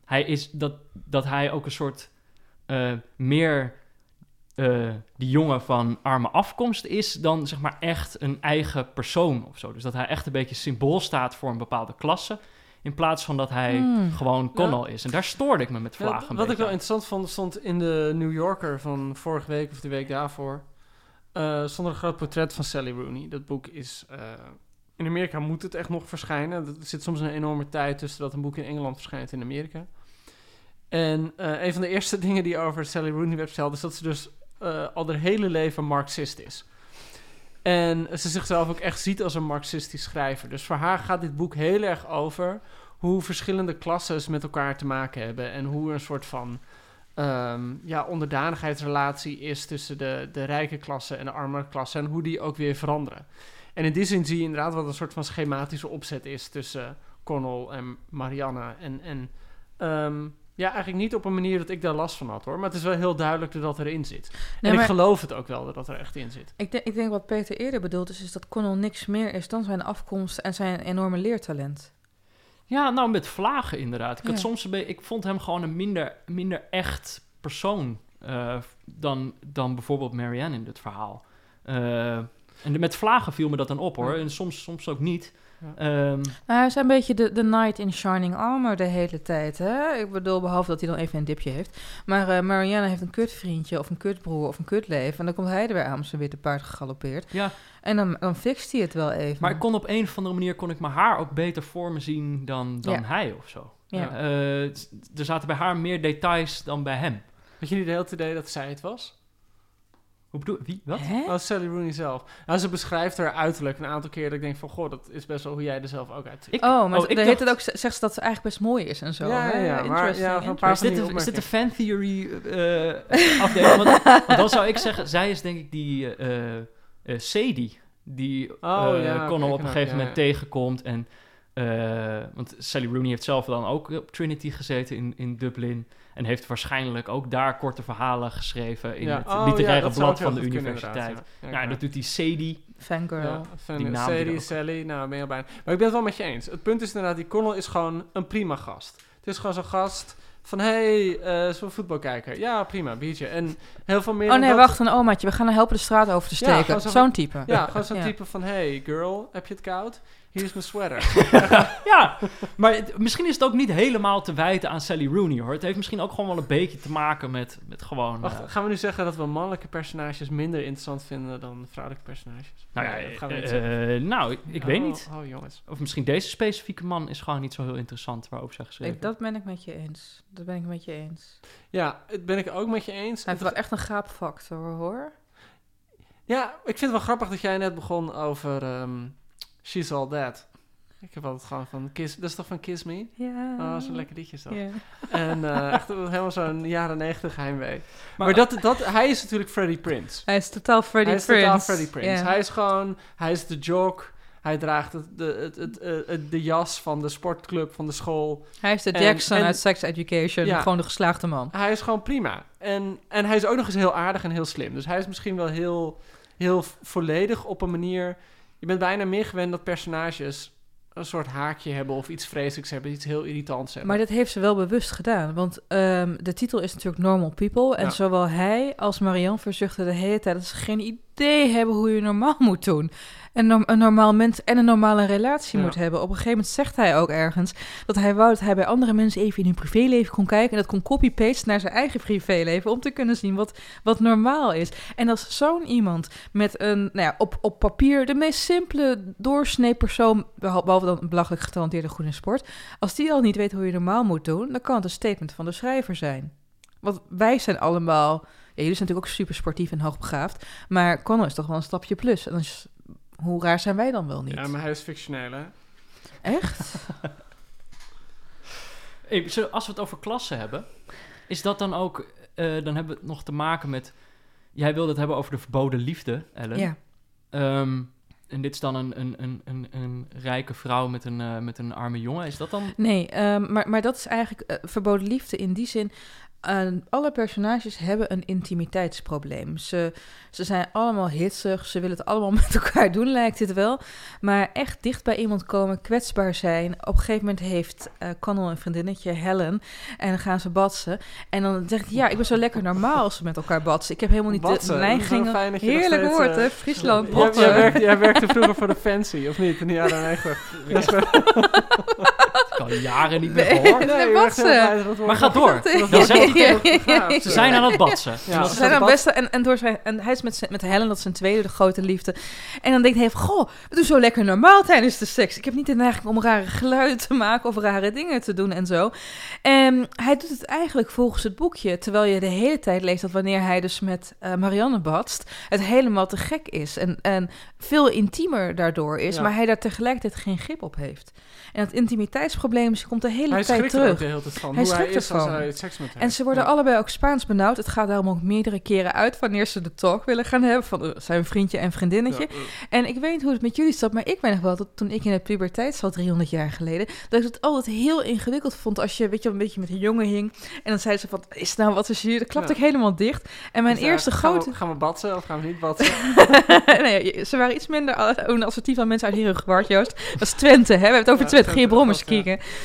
dat hij ook een soort meer die jongen van arme afkomst is... dan zeg maar echt een eigen persoon of zo. Dus dat hij echt een beetje symbool staat voor een bepaalde klasse... in plaats van dat hij gewoon Connell is. En daar stoorde ik me met vlagen een Wat ik wel beetje interessant vond, stond in de New Yorker van vorige week of de week daarvoor... stond er een groot portret van Sally Rooney. Dat boek is In Amerika moet het echt nog verschijnen. Er zit soms een enorme tijd tussen dat een boek in Engeland verschijnt in Amerika. En een van de eerste dingen die over Sally Rooney werd verteld... is dat ze dus al haar hele leven Marxist is. En ze zichzelf ook echt ziet als een Marxistisch schrijver. Dus voor haar gaat dit boek heel erg over... hoe verschillende klasses met elkaar te maken hebben... en hoe een soort van onderdanigheidsrelatie is... tussen de rijke klasse en de armere klasse... en hoe die ook weer veranderen. En in die zin zie je inderdaad wat een soort van schematische opzet is... tussen Connell en Marianne. Eigenlijk niet op een manier dat ik daar last van had, hoor. Maar het is wel heel duidelijk dat erin zit. Nee, en ik geloof het ook wel dat er echt in zit. Ik denk wat Peter eerder bedoelt is dat Connell niks meer is dan zijn afkomst... en zijn enorme leertalent. Ja, nou met vlagen inderdaad. Ik vond hem gewoon een minder echt persoon dan bijvoorbeeld Marianne in dit verhaal. En met vlagen viel me dat dan op, hoor. En soms ook niet. Ja. Hij is een beetje de knight in shining armor de hele tijd, hè? Ik bedoel, behalve dat hij dan even een dipje heeft. Maar Marianne heeft een kutvriendje of een kutbroer of een kutleven... en dan komt hij er weer aan met zijn witte paard gegalopeerd. Ja. En dan fixt hij het wel even. Maar op een of andere manier kon ik mijn haar ook beter voor me zien dan hij of zo. Ja. Er zaten bij haar meer details dan bij hem. Had je niet de hele idee dat zij het was? Hoe bedoel je? Wie? Wat? Oh, Sally Rooney zelf. Nou, ze beschrijft haar uiterlijk een aantal keer dat ik denk van... goh, dat is best wel hoe jij er zelf ook uitziet. Zegt ze dat ze eigenlijk best mooi is en zo. Ja, maar is dit de fan theory afdeling? Want dan zou ik zeggen, zij is denk ik die Sadie... die Connell op een gegeven moment tegenkomt. En, want Sally Rooney heeft zelf dan ook op Trinity gezeten in Dublin... en heeft waarschijnlijk ook daar korte verhalen geschreven... in het literaire blad van de universiteit. Ja, dat doet die Sadie. Fangirl. Ja, Sadie, Sally, nou ben je al bijna. Maar ik ben het wel met je eens. Het punt is inderdaad, die Connell is gewoon een prima gast. Het is gewoon zo'n gast... van, zullen we voetbal kijken? Ja, prima, biertje. En heel veel meer... Oh nee, wacht, een omaatje. We gaan haar helpen de straat over te steken. Ja, zo'n type. Ja, gewoon zo'n type van... hey, girl, heb je het koud? Hier is mijn sweater. Ja, maar misschien is het ook niet helemaal te wijten aan Sally Rooney, hoor. Het heeft misschien ook gewoon wel een beetje te maken met gewoon... Wacht, gaan we nu zeggen dat we mannelijke personages minder interessant vinden dan vrouwelijke personages? Nou, ik weet niet. Oh, jongens. Of misschien deze specifieke man is gewoon niet zo heel interessant waarover zij geschreven. Dat ben ik met je eens. Ja, dat ben ik ook met je eens. Hij heeft wel echt een gaapfactor, hoor. Ja, ik vind het wel grappig dat jij net begon over... She's All That. Ik heb altijd gewoon van Kiss... Dat is toch van Kiss Me? Ja. Oh, zo'n lekker liedje is dat. Ja. En echt helemaal zo'n jaren 90 heimwee. Maar hij is natuurlijk Freddie Prinze. Hij is totaal Freddie Prinze. Yeah. Hij is de jock. Hij draagt de jas van de sportclub, van de school. Hij is de Jackson uit Sex Education. Ja, gewoon de geslaagde man. Hij is gewoon prima. En hij is ook nog eens heel aardig en heel slim. Dus hij is misschien wel heel volledig op een manier... Je bent bijna meer gewend dat personages een soort haakje hebben of iets vreselijks hebben, iets heel irritants hebben. Maar dat heeft ze wel bewust gedaan, want de titel is natuurlijk Normal People. En zowel hij als Marianne verzuchten de hele tijd dat ze geen idee hebben hoe je normaal moet doen. Een normaal mens en een normale relatie moet hebben. Op een gegeven moment zegt hij ook ergens dat hij wou dat hij bij andere mensen even in hun privéleven kon kijken en dat kon copy-paste naar zijn eigen privéleven om te kunnen zien wat normaal is. En als zo'n iemand met een, op papier de meest simpele doorsnee persoon, behalve dan een belachelijk getalenteerde goede sport, als die al niet weet hoe je normaal moet doen, dan kan het een statement van de schrijver zijn. Want wij zijn allemaal, jullie zijn natuurlijk ook super sportief en hoogbegaafd, maar Connell is toch wel een stapje plus. En dan is, hoe raar zijn wij dan wel niet? Ja, maar hij is fictioneel, hè? Echt? Als we het over klassen hebben, is dat dan ook... dan hebben we het nog te maken met... Jij wilde het hebben over de verboden liefde, Ellen. Ja. En dit is dan een rijke vrouw met een arme jongen. Is dat dan... Nee, maar dat is eigenlijk verboden liefde in die zin... alle personages hebben een intimiteitsprobleem. Ze zijn allemaal hitsig, ze willen het allemaal met elkaar doen, lijkt het wel. Maar echt dicht bij iemand komen, kwetsbaar zijn. Op een gegeven moment heeft Connell een vriendinnetje, Helen, en dan gaan ze batsen. En dan zegt hij, ik ben zo lekker normaal als ze met elkaar batsen. Ik heb helemaal niet batsen, de neigingen. Heerlijk woord, hè? Friesland, jij werkte vroeger voor de Fancy, of niet? In de jaren 90. al jaren niet meer gehoord. Nee, batsen. Maar ga door. Ja. Ze zijn aan het batsen. Ja. Ze zijn aan het beste en hij is met Helen, dat is zijn tweede, de grote liefde. En dan denkt hij van, goh, we doen zo lekker normaal tijdens de seks. Ik heb niet de neiging om rare geluiden te maken of rare dingen te doen en zo. En hij doet het eigenlijk volgens het boekje, terwijl je de hele tijd leest dat wanneer hij dus met Marianne batst, het helemaal te gek is en veel intiemer daardoor is, maar hij daar tegelijkertijd geen grip op heeft. En dat intimiteitsprobleem komt de hele tijd terug. Ook de hele tijd van Hij hoe hij schrikt is als ervan. hij seks met haar. En ze worden allebei ook Spaans benauwd. Het gaat daarom ook meerdere keren uit wanneer ze de talk willen gaan hebben van zijn vriendje en vriendinnetje. Ja. En ik weet niet hoe het met jullie zat, maar ik weet nog wel dat toen ik in de puberteit zat, 300 jaar geleden, dat ik het altijd heel ingewikkeld vond als je, weet je, een beetje met een jongen hing. En dan zeiden ze van, is het nou wat is hier? Dat klapte ik helemaal dicht. En mijn eerste grote... Gaan we batsen of gaan we niet batsen? Nee, ze waren iets minder assertief dan mensen uit Herengewaard, Joost. Dat is Twente, hè? We hebben het over Twente. Ga je brommers kijken.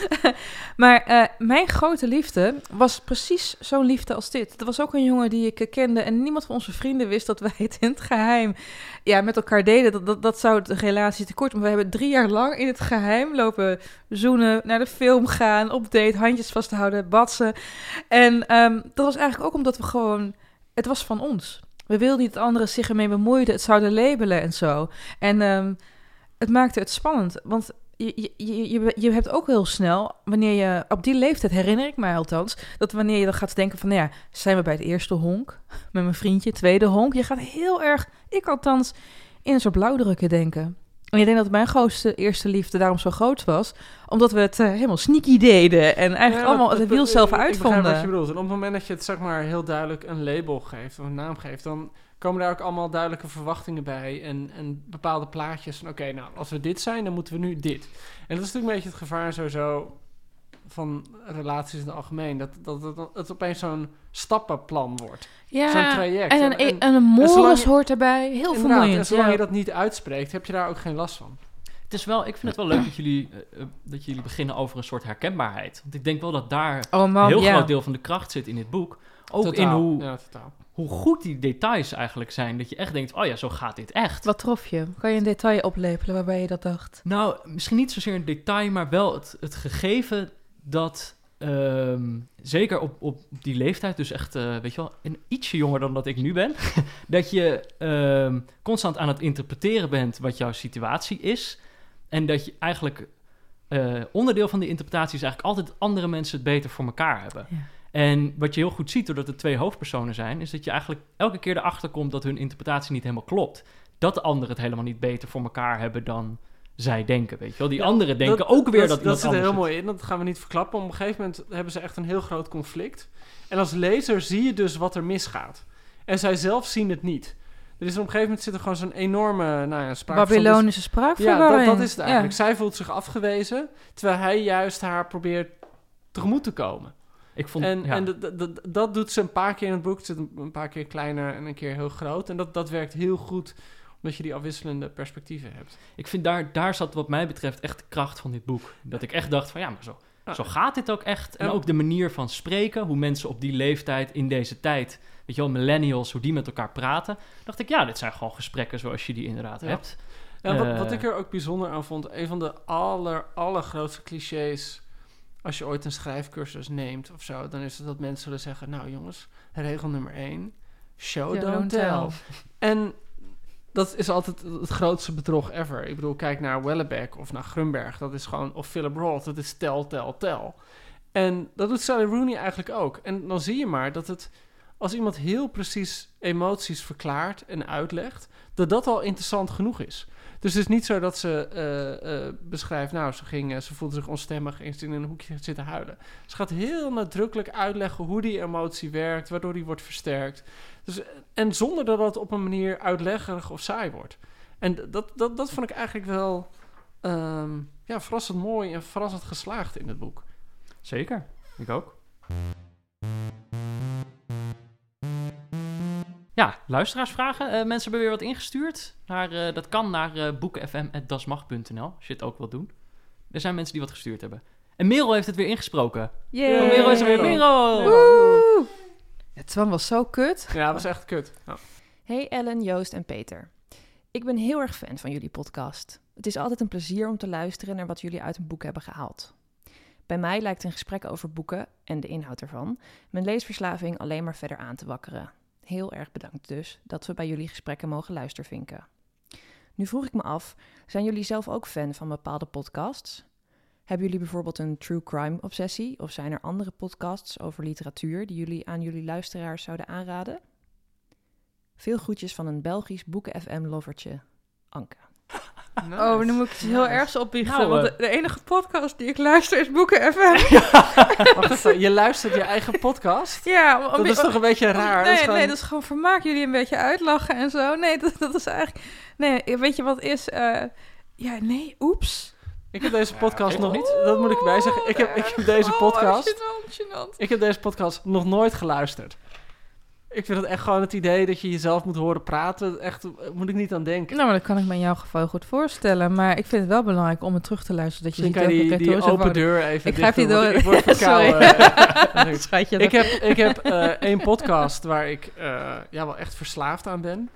Maar mijn grote liefde was precies zo'n liefde als dit. Er was ook een jongen die ik kende en niemand van onze vrienden wist dat wij het in het geheim met elkaar deden. Dat zou de relatie tekort. Maar we hebben 3 jaar lang in het geheim lopen zoenen, naar de film gaan, op date, handjes vasthouden, batsen. En dat was eigenlijk ook omdat we gewoon... Het was van ons. We wilden niet dat anderen zich ermee bemoeiden, het zouden labelen en zo. En het maakte het spannend, want je hebt ook heel snel, wanneer je op die leeftijd, herinner ik mij althans, dat wanneer je dan gaat denken van, nou ja, zijn we bij het eerste honk met mijn vriendje, tweede honk, je gaat heel erg, ik althans, in een soort blauwdrukken denken. En ik denk dat mijn grootste eerste liefde daarom zo groot was, omdat we het helemaal sneaky deden en eigenlijk allemaal het wiel zelf uitvonden. Ik begrijp wat je bedoelt. En op het moment dat je het, zeg maar, heel duidelijk een label geeft of een naam geeft, dan komen daar ook allemaal duidelijke verwachtingen bij en bepaalde plaatjes van, oké, nou, als we dit zijn, dan moeten we nu dit. En dat is natuurlijk een beetje het gevaar sowieso van relaties in het algemeen, dat het opeens zo'n stappenplan wordt. Ja, zo'n traject. En een morals hoort erbij, heel vermoeiend. En zolang je dat niet uitspreekt, heb je daar ook geen last van. Het is wel, ik vind het wel leuk dat jullie beginnen over een soort herkenbaarheid. Want ik denk wel dat daar een heel groot deel van de kracht zit in dit boek. Ook totaal. In hoe goed die details eigenlijk zijn. Dat je echt denkt, oh ja, zo gaat dit echt. Wat trof je? Kan je een detail oplepelen waarbij je dat dacht? Nou, misschien niet zozeer een detail, maar wel het gegeven dat... zeker op die leeftijd, dus echt, weet je wel, een ietsje jonger dan dat ik nu ben, dat je constant aan het interpreteren bent wat jouw situatie is. En dat je eigenlijk onderdeel van die interpretatie is eigenlijk altijd dat andere mensen het beter voor elkaar hebben. Ja. En wat je heel goed ziet, doordat er 2 hoofdpersonen zijn, is dat je eigenlijk elke keer erachter komt dat hun interpretatie niet helemaal klopt. Dat de anderen het helemaal niet beter voor elkaar hebben dan zij denken, weet je wel. Die anderen denken ook weer dat dat zit er heel mooi in, dat gaan we niet verklappen. Op een gegeven moment hebben ze echt een heel groot conflict. En als lezer zie je dus wat er misgaat. En zij zelf zien het niet. Er is op een gegeven moment zit er gewoon zo'n enorme Babylonische spraakverwarring. Ja, dat is het eigenlijk. Ja. Zij voelt zich afgewezen, terwijl hij juist haar probeert tegemoet te komen. Dat doet ze een paar keer in het boek. Het zit een paar keer kleiner en een keer heel groot. En dat werkt heel goed, omdat je die afwisselende perspectieven hebt. Ik vind daar zat wat mij betreft echt de kracht van dit boek. Dat ik echt dacht van ja, maar zo gaat dit ook echt. En ook de manier van spreken, hoe mensen op die leeftijd in deze tijd, weet je wel, millennials, hoe die met elkaar praten. Dacht ik, ja, dit zijn gewoon gesprekken zoals je die inderdaad hebt. Ja, wat ik er ook bijzonder aan vond, een van de allergrootste clichés, als je ooit een schrijfcursus neemt of zo, dan is het dat mensen zullen zeggen, nou jongens, regel nummer 1, show, don't tell. En dat is altijd het grootste bedrog ever. Ik bedoel, kijk naar Wellebeck of naar Grunberg. Dat is gewoon, of Philip Roth. Dat is tel. En dat doet Sally Rooney eigenlijk ook. En dan zie je maar dat het, als iemand heel precies emoties verklaart en uitlegt, dat al interessant genoeg is. Dus het is niet zo dat ze beschrijft, nou, ze voelde zich onstemmig, eens in een hoekje zitten huilen. Ze gaat heel nadrukkelijk uitleggen hoe die emotie werkt, waardoor die wordt versterkt. Dus, en zonder dat het op een manier uitleggerig of saai wordt. En dat vond ik eigenlijk wel verrassend mooi en verrassend geslaagd in het boek. Zeker, ik ook. Ja, luisteraarsvragen. Mensen hebben weer wat ingestuurd. Dat kan naar boekenfm@dasmag.nl, als je het ook wilt doen. Er zijn mensen die wat gestuurd hebben. En Merel heeft het weer ingesproken. Yay! Merel is er weer. Merel! Woe! Het was zo kut. Ja, het was echt kut. Ja. Hey Ellen, Joost en Peter. Ik ben heel erg fan van jullie podcast. Het is altijd een plezier om te luisteren naar wat jullie uit een boek hebben gehaald. Bij mij lijkt een gesprek over boeken en de inhoud ervan mijn leesverslaving alleen maar verder aan te wakkeren. Heel erg bedankt dus dat we bij jullie gesprekken mogen luistervinken. Nu vroeg ik me af, zijn jullie zelf ook fan van bepaalde podcasts? Hebben jullie bijvoorbeeld een true crime obsessie? Of zijn er andere podcasts over literatuur die jullie aan jullie luisteraars zouden aanraden? Veel groetjes van een Belgisch Boeken FM-lovertje, Anke. Nice. Oh, nu moet ik het heel erg opbiechten. Nou, want de enige podcast die ik luister is Boeken FM. Wacht even, je luistert je eigen podcast? Ja, Dat is toch een beetje raar? Nee, dat is gewoon vermaak. Jullie een beetje uitlachen en zo. Nee, dat is eigenlijk... Nee, weet je wat is... oeps. Ik heb deze podcast nog niet... Dat moet ik erbij zeggen. Ik heb deze podcast... Gênant. Ik heb deze podcast nog nooit geluisterd. Ik vind het echt gewoon het idee dat je jezelf moet horen praten. Echt, moet ik niet aan denken. Nou, maar dat kan ik me in jouw geval goed voorstellen. Maar ik vind het wel belangrijk om het terug te luisteren. Dat je Misschien ziet kan je die open deur even Ik ga dicht even doen, die want door. ik word verkouden. Schatje. Ik heb één podcast waar ik wel echt verslaafd aan ben.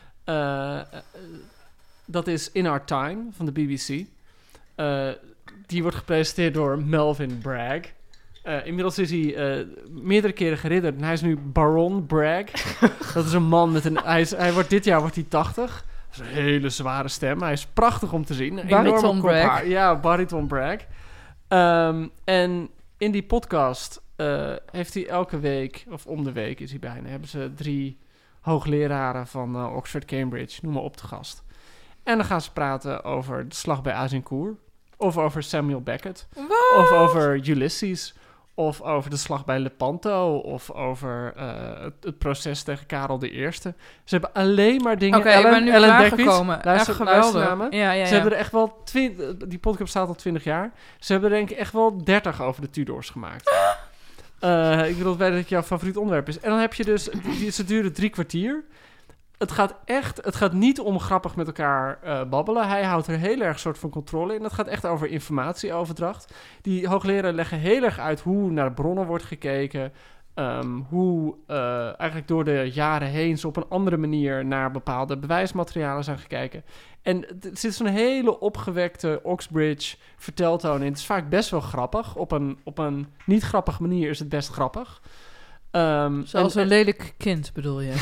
Dat is In Our Time van de BBC. Die wordt gepresenteerd door Melvin Bragg. Inmiddels is hij meerdere keren geridderd. En hij is nu Baron Bragg. Dat is een man met een... Dit jaar wordt hij 80. Dat is een hele zware stem. Hij is prachtig om te zien. Een Bariton enorme kop Bragg. haar. Ja, Bariton Bragg. En in die podcast heeft hij elke week... Of om de week is hij bijna... Hebben ze 3 hoogleraren van Oxford, Cambridge... Noem maar op te gast. En dan gaan ze praten over de slag bij Azincourt. Of over Samuel Beckett. Of over Ulysses. Of over de slag bij Lepanto. Of over het proces tegen Karel I. Ze hebben alleen maar dingen... Oké, ik ben nu Ellen klaargekomen. Dekwits, Echt luister geweldig. naar me. Ja. Ze hebben er echt wel... Die podcast bestaat al 20 jaar. Ze hebben er denk ik echt wel 30 over de Tudors gemaakt. Ik bedoel, weet dat het jouw favoriet onderwerp is. En dan heb je dus... Ze duren 3 kwartier. Het gaat niet om grappig met elkaar babbelen. Hij houdt er heel erg soort van controle in. Het gaat echt over informatieoverdracht. Die hoogleraren leggen heel erg uit hoe naar bronnen wordt gekeken. Hoe eigenlijk door de jaren heen ze op een andere manier naar bepaalde bewijsmaterialen zijn gekeken. En er zit zo'n hele opgewekte Oxbridge verteltoon in. Het is vaak best wel grappig. Op een niet grappige manier is het best grappig. Zoals een lelijk kind, bedoel je?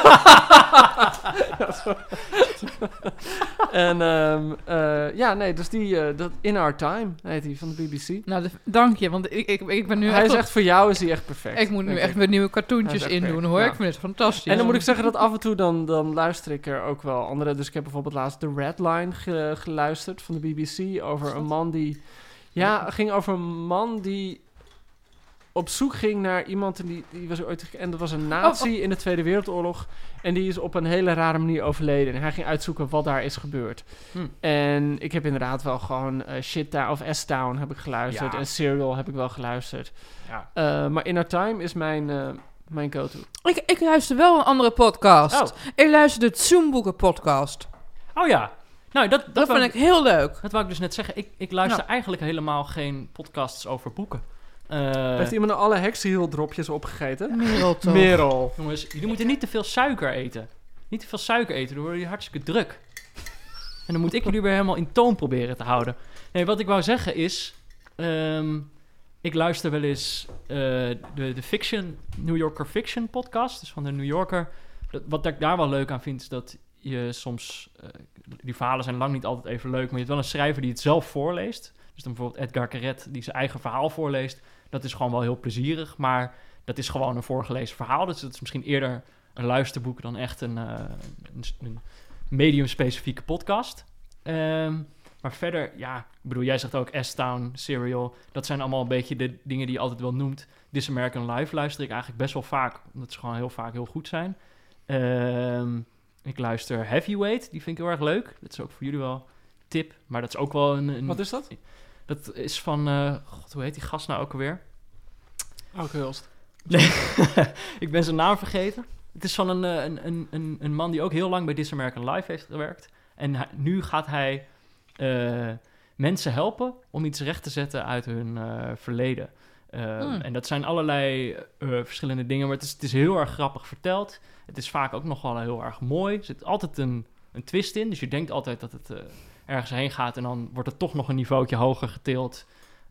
Dus dat In Our Time heet die van de BBC. Nou, dank je, want ik ben nu Hij is echt voor jou is hij echt perfect. Ik moet nu echt weer nieuwe cartoontjes Hij is echt indoen, perfect, hoor. ja. Ik vind het fantastisch. En dan moet ik zeggen dat af en toe dan luister ik er ook wel andere. Dus ik heb bijvoorbeeld laatst The Red Line geluisterd van de BBC over een man die... Ja, ging over een man die op zoek ging naar iemand en die was ooit... En dat was een nazi in de Tweede Wereldoorlog. En die is op een hele rare manier overleden. En hij ging uitzoeken wat daar is gebeurd. En ik heb inderdaad wel gewoon Shittown of S-Town heb ik geluisterd. Ja. En Serial heb ik wel geluisterd. Ja. Maar In Our Time is mijn go-to. Ik luister wel een andere podcast. Oh. Ik luister de Zoomboeken podcast. Oh ja. Nou, dat Dat vind ik heel leuk. Dat wou ik dus net zeggen. Ik luister eigenlijk helemaal geen podcasts over boeken. Heeft iemand alle heksenhieldropjes opgegeten? Merel toch? Merel. Jongens, jullie moeten niet te veel suiker eten. Niet te veel suiker eten, dan worden jullie hartstikke druk. En dan moet ik jullie weer helemaal in toon proberen te houden. Nee, wat ik wou zeggen is... ik luister wel eens de Fiction, New Yorker Fiction podcast. Dus van de New Yorker. Wat ik daar wel leuk aan vind, is dat je soms... die verhalen zijn lang niet altijd even leuk, maar je hebt wel een schrijver die het zelf voorleest. Dus dan bijvoorbeeld Edgar Keret die zijn eigen verhaal voorleest. Dat is gewoon wel heel plezierig, maar dat is gewoon een voorgelezen verhaal. Dus dat is misschien eerder een luisterboek dan echt een medium-specifieke podcast. Maar verder, ja, ik bedoel, jij zegt ook S-Town, Serial. Dat zijn allemaal een beetje de dingen die je altijd wel noemt. This American Life luister ik eigenlijk best wel vaak, omdat ze gewoon heel vaak heel goed zijn. Ik luister Heavyweight, die vind ik heel erg leuk. Dat is ook voor jullie wel tip, maar dat is ook wel een Wat is dat? dat is van, hoe heet die gast nou ook alweer? Auke Hulst. Nee, ik ben zijn naam vergeten. Het is van een man die ook heel lang bij This American Life heeft gewerkt. En nu gaat hij mensen helpen om iets recht te zetten uit hun verleden. En dat zijn allerlei verschillende dingen, maar het is heel erg grappig verteld. Het is vaak ook nog wel heel erg mooi. Er zit altijd een twist in, dus je denkt altijd dat het ergens heen gaat en dan wordt het toch nog een niveautje hoger getild.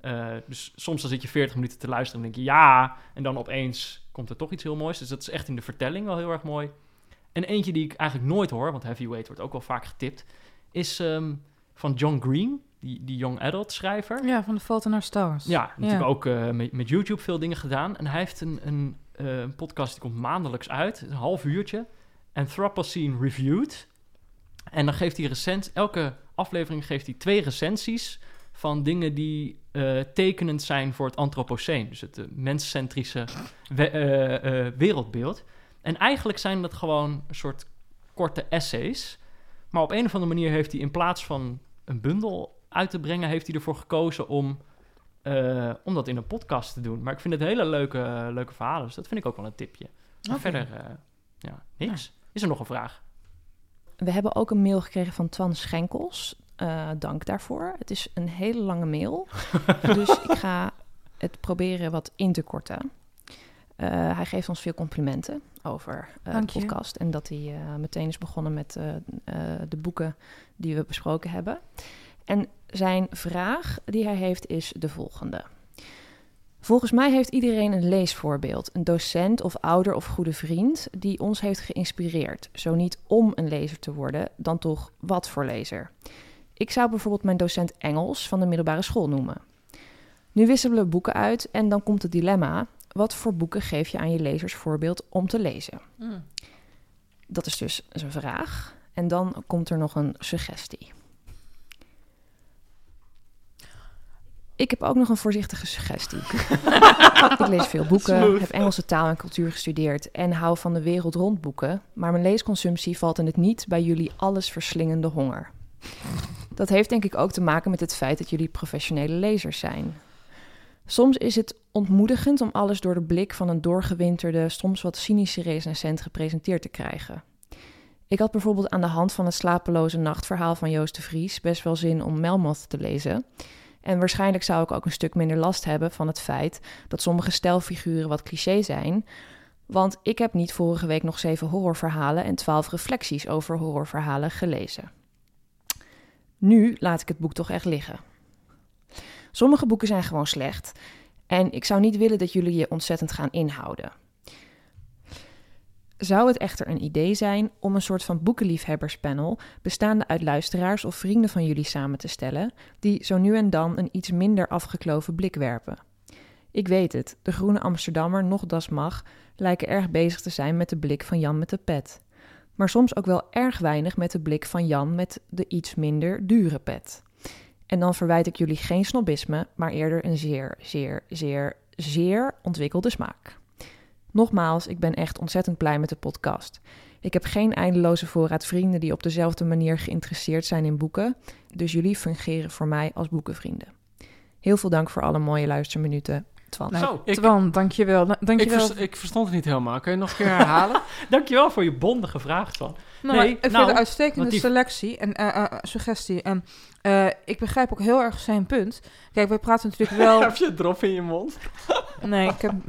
Dus soms dan zit je 40 minuten te luisteren en denk je ja, en dan opeens komt er toch iets heel moois. Dus dat is echt in de vertelling wel heel erg mooi. En eentje die ik eigenlijk nooit hoor, want Heavyweight wordt ook wel vaak getipt, is van John Green, die young adult schrijver. Ja, van The Fault in Our Stars. Ja, natuurlijk ook met YouTube veel dingen gedaan. En hij heeft een podcast die komt maandelijks uit, een half uurtje. Anthropocene Reviewed. En dan geeft hij elke aflevering geeft hij 2 recensies van dingen die tekenend zijn voor het Anthropoceen. Dus het menscentrische wereldbeeld. En eigenlijk zijn dat gewoon een soort korte essays. Maar op een of andere manier heeft hij in plaats van een bundel uit te brengen, heeft hij ervoor gekozen om dat in een podcast te doen. Maar ik vind het hele leuke verhalen, dus dat vind ik ook wel een tipje. Maar verder, niks. Is er nog een vraag? We hebben ook een mail gekregen van Twan Schenkels. Dank daarvoor. Het is een hele lange mail, dus ik ga het proberen wat in te korten. Hij geeft ons veel complimenten over de podcast en dat hij meteen is begonnen met de boeken die we besproken hebben. En zijn vraag die hij heeft is de volgende. Volgens mij heeft iedereen een leesvoorbeeld, een docent of ouder of goede vriend die ons heeft geïnspireerd. Zo niet om een lezer te worden, dan toch wat voor lezer. Ik zou bijvoorbeeld mijn docent Engels van de middelbare school noemen. Nu wisselen we boeken uit en dan komt het dilemma: wat voor boeken geef je aan je lezers voorbeeld om te lezen? Dat is dus zijn vraag. En dan komt er nog een suggestie. Ik heb ook nog een voorzichtige suggestie. Ik lees veel boeken, heb Engelse taal en cultuur gestudeerd en hou van de wereld rond boeken, maar mijn leesconsumptie valt in het niet bij jullie allesverslingende honger. Dat heeft denk ik ook te maken met het feit dat jullie professionele lezers zijn. Soms is het ontmoedigend om alles door de blik van een doorgewinterde, soms wat cynische recensent gepresenteerd te krijgen. Ik had bijvoorbeeld aan de hand van het slapeloze nachtverhaal van Joost de Vries best wel zin om Melmoth te lezen. En waarschijnlijk zou ik ook een stuk minder last hebben van het feit dat sommige stijlfiguren wat cliché zijn. Want ik heb niet vorige week nog 7 horrorverhalen en 12 reflecties over horrorverhalen gelezen. Nu laat ik het boek toch echt liggen. Sommige boeken zijn gewoon slecht en ik zou niet willen dat jullie je ontzettend gaan inhouden. Zou het echter een idee zijn om een soort van boekenliefhebberspanel bestaande uit luisteraars of vrienden van jullie samen te stellen, die zo nu en dan een iets minder afgekloven blik werpen? Ik weet het, de Groene Amsterdammer nog Das Mag lijken erg bezig te zijn met de blik van Jan met de pet. Maar soms ook wel erg weinig met de blik van Jan met de iets minder dure pet. En dan verwijt ik jullie geen snobisme, maar eerder een zeer ontwikkelde smaak. Nogmaals, ik ben echt ontzettend blij met de podcast. Ik heb geen eindeloze voorraad vrienden die op dezelfde manier geïnteresseerd zijn in boeken, dus jullie fungeren voor mij als boekenvrienden. Heel veel dank voor alle mooie luisterminuten. Twan. Twan, dankjewel. Ik verstond het niet helemaal. Kun je nog een keer herhalen? Dankjewel voor je bondige vraag, Twan. Ik vind het een uitstekende selectie en suggestie. En ik begrijp ook heel erg zijn punt. Kijk, wij praten natuurlijk wel... Heb je een drop in je mond? Nee,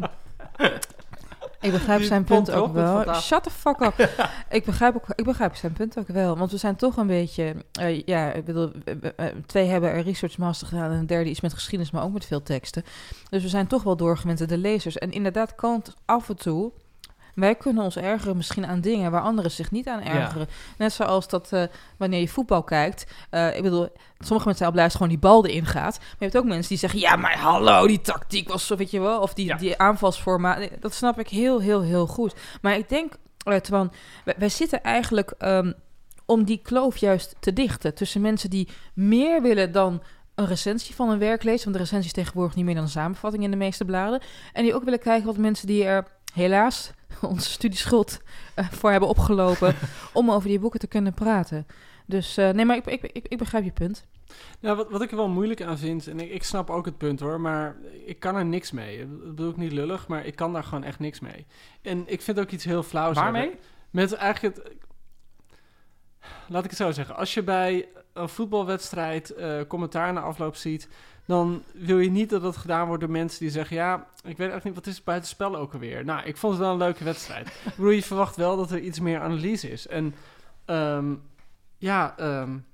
ik begrijp zijn punt ook wel. Shut the fuck up. Ik begrijp zijn punt ook wel. Want we zijn toch een beetje... ik bedoel, 2 hebben er research master gedaan en een derde iets met geschiedenis, maar ook met veel teksten. Dus we zijn toch wel doorgewinterde lezers. En inderdaad kan het af en toe... Wij kunnen ons ergeren misschien aan dingen waar anderen zich niet aan ergeren. Ja. Net zoals dat wanneer je voetbal kijkt. Ik bedoel, sommige mensen zijn blij als gewoon die bal erin gaat. Maar je hebt ook mensen die zeggen... Ja, maar hallo, die tactiek was zo, weet je wel. Of die aanvalsvorma. Dat snap ik heel, heel, heel goed. Maar ik denk, Twan, wij zitten eigenlijk om die kloof juist te dichten. Tussen mensen die meer willen dan een recensie van een werk lezen. Want de recensie is tegenwoordig niet meer dan een samenvatting in de meeste bladen. En die ook willen krijgen wat mensen die er helaas... onze studieschuld voor hebben opgelopen om over die boeken te kunnen praten. Dus nee, maar ik begrijp je punt. Nou, wat ik er wel moeilijk aan vind, en ik snap ook het punt hoor, maar ik kan er niks mee. Dat bedoel ik niet lullig, maar ik kan daar gewoon echt niks mee. En ik vind ook iets heel flauws. Waarmee? Met eigenlijk laat ik het zo zeggen. Als je bij een voetbalwedstrijd commentaar na afloop ziet, dan wil je niet dat het gedaan wordt door mensen die zeggen... ja, ik weet eigenlijk niet, wat is het buitenspel ook alweer? Nou, ik vond het wel een leuke wedstrijd. Ik bedoel, je verwacht wel dat er iets meer analyse is. En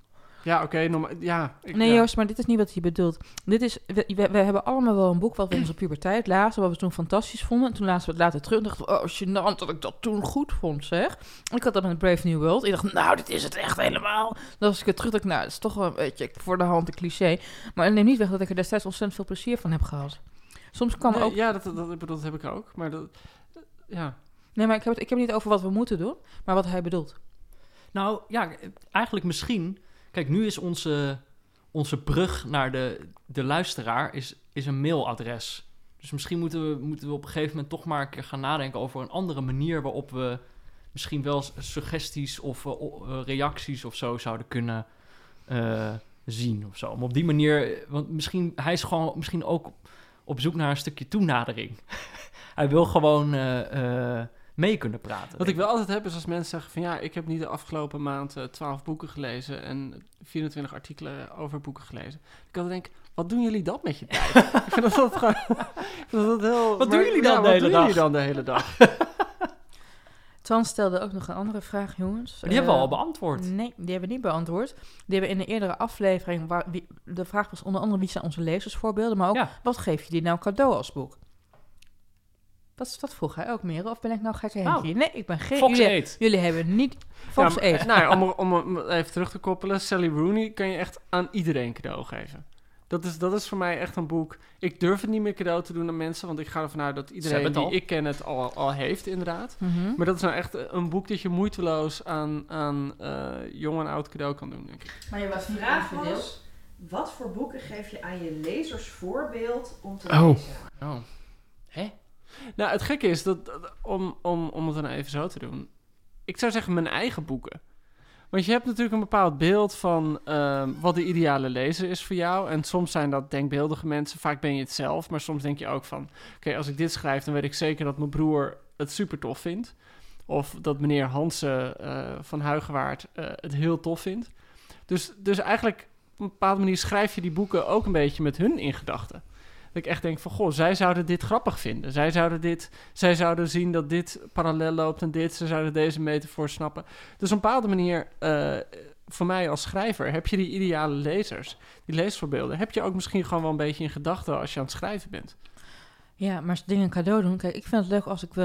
Ja, oké. Nee, Joost, maar dit is niet wat hij bedoelt. Dit is, we hebben allemaal wel een boek wat we in onze puberteit lazen, wat we toen fantastisch vonden. En toen lazen we het later terug en dachten we, gênant dat ik dat toen goed vond, zeg. Ik had dat met Brave New World. Ik dacht, nou, dit is het echt helemaal. Dan was ik het terug, dacht ik, nou, dat is toch wel een beetje voor de hand een cliché. Maar neem niet weg dat ik er destijds ontzettend veel plezier van heb gehad. Soms kan ook... Ja, dat heb ik ook. Maar ja. Nee, maar ik heb het niet over wat we moeten doen, maar wat hij bedoelt. Nou, ja, eigenlijk misschien... Kijk, nu is onze brug naar de luisteraar is een mailadres. Dus misschien moeten we op een gegeven moment toch maar een keer gaan nadenken over een andere manier waarop we misschien wel suggesties of reacties of zo zouden kunnen zien of zo. Om op die manier, want hij is gewoon misschien ook op zoek naar een stukje toenadering. Hij wil gewoon mee kunnen praten. Wat ik wel altijd heb is als mensen zeggen van ja, ik heb niet de afgelopen maand 12 boeken gelezen en 24 artikelen over boeken gelezen. Ik altijd denk, wat doen jullie dat met je tijd? Ik vind dat gewoon heel... Wat doen jullie dan de hele dag? Twan stelde ook nog een andere vraag, jongens. Maar die hebben we al beantwoord. Nee, die hebben we niet beantwoord. Die hebben in een eerdere aflevering... de vraag was onder andere wie zijn onze lezersvoorbeelden... maar ook, wat geef je die nou cadeau als boek? Dat vroeg hij ook, Merel. Of ben ik nou gek heen? Nee, ik ben geen... Jullie hebben niet Fox 8. Nou ja, om even terug te koppelen... Sally Rooney kan je echt aan iedereen cadeau geven. Dat is voor mij echt een boek... Ik durf het niet meer cadeau te doen aan mensen... want ik ga ervan uit dat iedereen die ik ken het al heeft, inderdaad. Mm-hmm. Maar dat is nou echt een boek dat je moeiteloos aan jong en oud cadeau kan doen, denk ik. Maar je was niet aangedeeld. Wat voor boeken geef je aan je lezers voorbeeld om te lezen? Oh. Hè? Nou, het gekke is dat om het dan even zo te doen... Ik zou zeggen mijn eigen boeken. Want je hebt natuurlijk een bepaald beeld van wat de ideale lezer is voor jou. En soms zijn dat denkbeeldige mensen. Vaak ben je het zelf. Maar soms denk je ook van... Oké, als ik dit schrijf, dan weet ik zeker dat mijn broer het super tof vindt. Of dat meneer Hansen van Huigewaard het heel tof vindt. Dus eigenlijk op een bepaalde manier schrijf je die boeken ook een beetje met hun in gedachten. Dat ik echt denk van, goh, zij zouden dit grappig vinden. Zij zouden zien dat dit parallel loopt en dit. Ze zouden deze metafoor snappen. Dus op een bepaalde manier, voor mij als schrijver, heb je die ideale lezers. Die leesvoorbeelden heb je ook misschien gewoon wel een beetje in gedachten als je aan het schrijven bent. Ja, maar dingen cadeau doen. Kijk, ik vind het leuk als ik...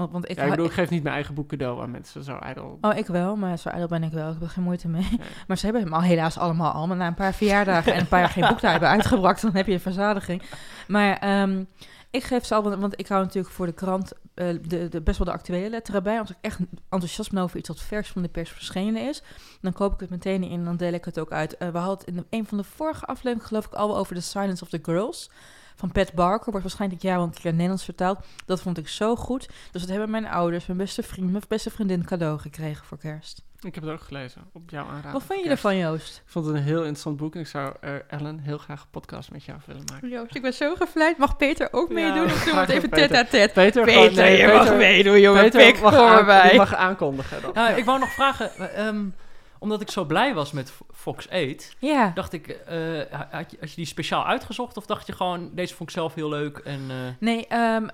ik geef niet mijn eigen boek cadeau aan mensen, zo ijdel. Oh, ik wel, maar zo ijdel ben ik wel. Ik heb er geen moeite mee. Nee. Maar ze hebben hem al helaas allemaal al. Maar na een paar verjaardagen en een paar jaar geen boek te hebben uitgebracht... dan heb je een verzadiging. Maar ik geef ze al... Want ik hou natuurlijk voor de krant best wel de actuele letteren bij. Als ik echt enthousiast ben over iets wat vers van de pers verschenen is... dan koop ik het meteen in en dan deel ik het ook uit. We hadden het in een van de vorige afleveringen geloof ik al over The Silence of the Girls... van Pat Barker, wordt waarschijnlijk een keer in het Nederlands vertaald. Dat vond ik zo goed. Dus dat hebben mijn ouders, mijn beste vriend, mijn beste vriendin cadeau gekregen voor kerst. Ik heb het ook gelezen, op jouw aanraden. Wat vond je ervan, Joost? Ik vond het een heel interessant boek en ik zou Ellen heel graag een podcast met jou willen maken. Joost, ik ben zo gevleid. Mag Peter ook meedoen? Of doen we het even tête-à-tête? Peter, je mag meedoen, jongen. Peter mag mag aankondigen. Dan. Ik wou nog vragen... omdat ik zo blij was met Fox 8, dacht ik, had je die speciaal uitgezocht? Of dacht je gewoon, deze vond ik zelf heel leuk? En, Nee,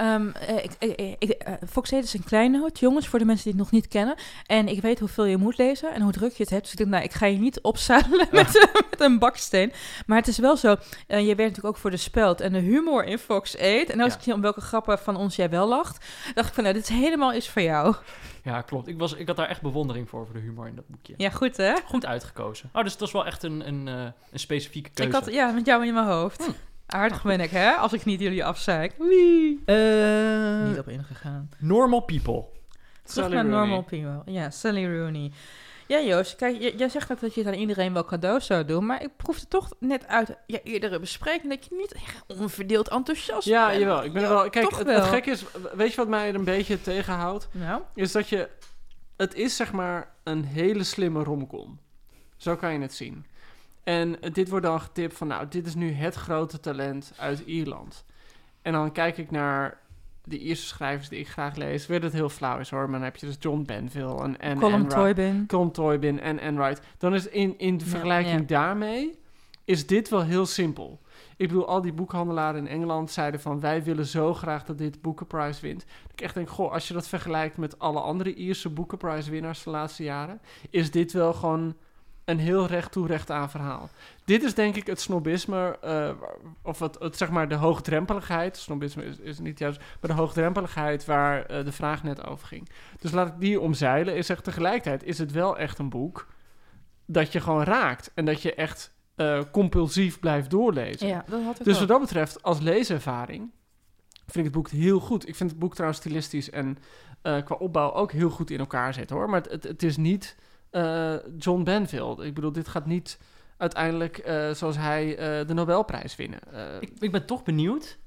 Fox 8 is een kleinoot, jongens, voor de mensen die het nog niet kennen. En ik weet hoeveel je moet lezen en hoe druk je het hebt. Dus ik dacht, ik ga je niet opzadelen met een baksteen. Maar het is wel zo, je werkt natuurlijk ook voor de speld en de humor in Fox 8. En als ik zie om welke grappen van ons jij wel lacht, dacht ik van, dit is helemaal iets voor jou. Ja, klopt. Ik had daar echt bewondering voor de humor in dat boekje. Ja, goed hè? Goed uitgekozen. Oh, dus dat is wel echt een specifieke keuze. Ik had, met jou in mijn hoofd. Aardig ben ik, hè? Als ik niet jullie afzeik. Niet op ingegaan. Normal People. Terug naar Normal People. Ja, Sally Rooney. Ja, Joost, kijk, jij zegt ook dat je het aan iedereen wel cadeau zou doen, maar ik proefde toch net uit je eerdere bespreking dat je niet onverdeeld enthousiast bent. Ja, jawel. Ik ben er wel... Kijk, het gekke is, weet je wat mij er een beetje tegenhoudt? Nou? Is dat het is zeg maar een hele slimme romcom. Zo kan je het zien. En dit wordt dan getipt van, dit is nu het grote talent uit Ierland. En dan kijk ik naar de Ierse schrijvers die ik graag lees, weer dat het heel flauw is hoor. Maar dan heb je dus John Banville en Colm Toybin en Anne Wright. Dan is in de vergelijking daarmee, is dit wel heel simpel. Ik bedoel, al die boekhandelaren in Engeland zeiden van, wij willen zo graag dat dit Booker-prijs wint. Dat ik echt denk, als je dat vergelijkt met alle andere Ierse Booker-prijs winnaars van de laatste jaren, is dit wel gewoon een heel recht toe recht aan verhaal. Dit is denk ik het snobisme, of het zeg maar de hoogdrempeligheid. Snobisme is niet juist, maar de hoogdrempeligheid waar de vraag net over ging. Dus laat ik die omzeilen. Ik zeg tegelijkertijd is het wel echt een boek dat je gewoon raakt. En dat je echt compulsief blijft doorlezen. Ja, dat had ik Dus ook. wat dat betreft, als leeservaring, vind ik het boek heel goed. Ik vind het boek trouwens stilistisch en qua opbouw ook heel goed in elkaar zitten, hoor. Maar het is niet John Banville. Ik bedoel, dit gaat niet uiteindelijk zoals hij de Nobelprijs winnen. Ik ben toch benieuwd.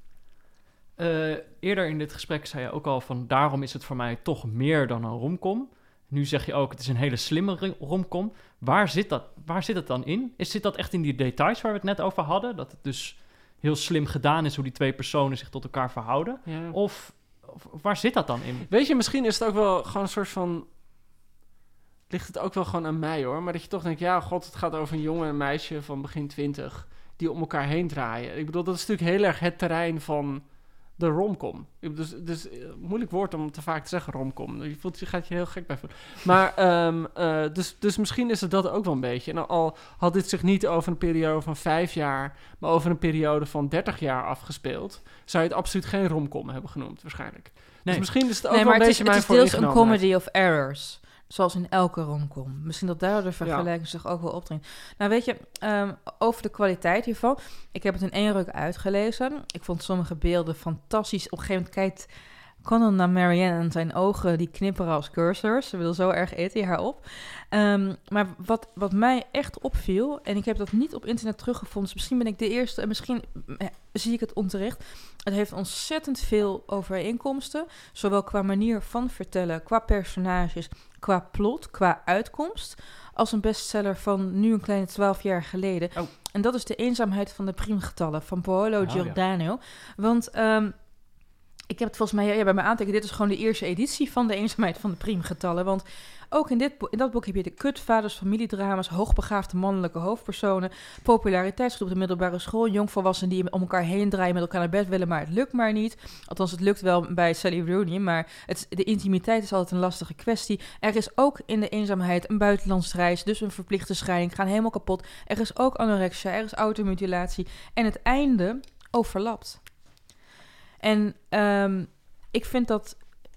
Eerder in dit gesprek zei je ook al van... daarom is het voor mij toch meer dan een romcom. Nu zeg je ook, het is een hele slimme romcom. Waar zit het dan in? Zit dat echt in die details waar we het net over hadden? Dat het dus heel slim gedaan is hoe die twee personen zich tot elkaar verhouden? Ja. Of waar zit dat dan in? Weet je, misschien is het ook wel gewoon een soort van... ligt het ook wel gewoon aan mij, hoor. Maar dat je toch denkt, ja, god, het gaat over een jongen en een meisje van begin 20... die om elkaar heen draaien. Ik bedoel, dat is natuurlijk heel erg het terrein van de romcom. Dus moeilijk woord om te vaak te zeggen romcom. Je gaat je heel gek bij voelen. Maar, dus misschien is het dat ook wel een beetje. En al had dit zich niet over een periode van 5 jaar... maar over een periode van 30 jaar afgespeeld... zou je het absoluut geen romcom hebben genoemd, waarschijnlijk. Nee. Dus misschien is het ook Nee, wel maar een het beetje is mijn deels een vooringenomenheid. comedy of errors. Zoals in elke romcom. Misschien dat daar de vergelijking zich ook wel opdringt. Nou, weet je, over de kwaliteit hiervan. Ik heb het in 1 ruk uitgelezen. Ik vond sommige beelden fantastisch. Op een gegeven moment kijkt Conan naar Marianne en zijn ogen die knipperen als cursors. Ze wil zo erg eten haar op. Maar wat mij echt opviel, en ik heb dat niet op internet teruggevonden, dus misschien ben ik de eerste en misschien zie ik het onterecht. Het heeft ontzettend veel overeenkomsten, zowel qua manier van vertellen, qua personages, qua plot, qua uitkomst, als een bestseller van nu een kleine 12 jaar geleden. Oh. En dat is De eenzaamheid van de priemgetallen van Paolo Oh, ja. Giordano. Want ik heb het volgens mij bij mijn aantekening, dit is gewoon de eerste editie van De eenzaamheid van de priemgetallen. Want ook in dat boek heb je de kutvaders, familiedrama's, hoogbegaafde mannelijke hoofdpersonen, populariteitsgroep op de middelbare school, jongvolwassenen die om elkaar heen draaien, met elkaar naar bed willen, maar het lukt maar niet. Althans, het lukt wel bij Sally Rooney, maar de intimiteit is altijd een lastige kwestie. Er is ook in de eenzaamheid een buitenlandsreis, dus een verplichte scheiding, gaan helemaal kapot. Er is ook anorexia, er is automutilatie en het einde overlapt. En ik vind dat...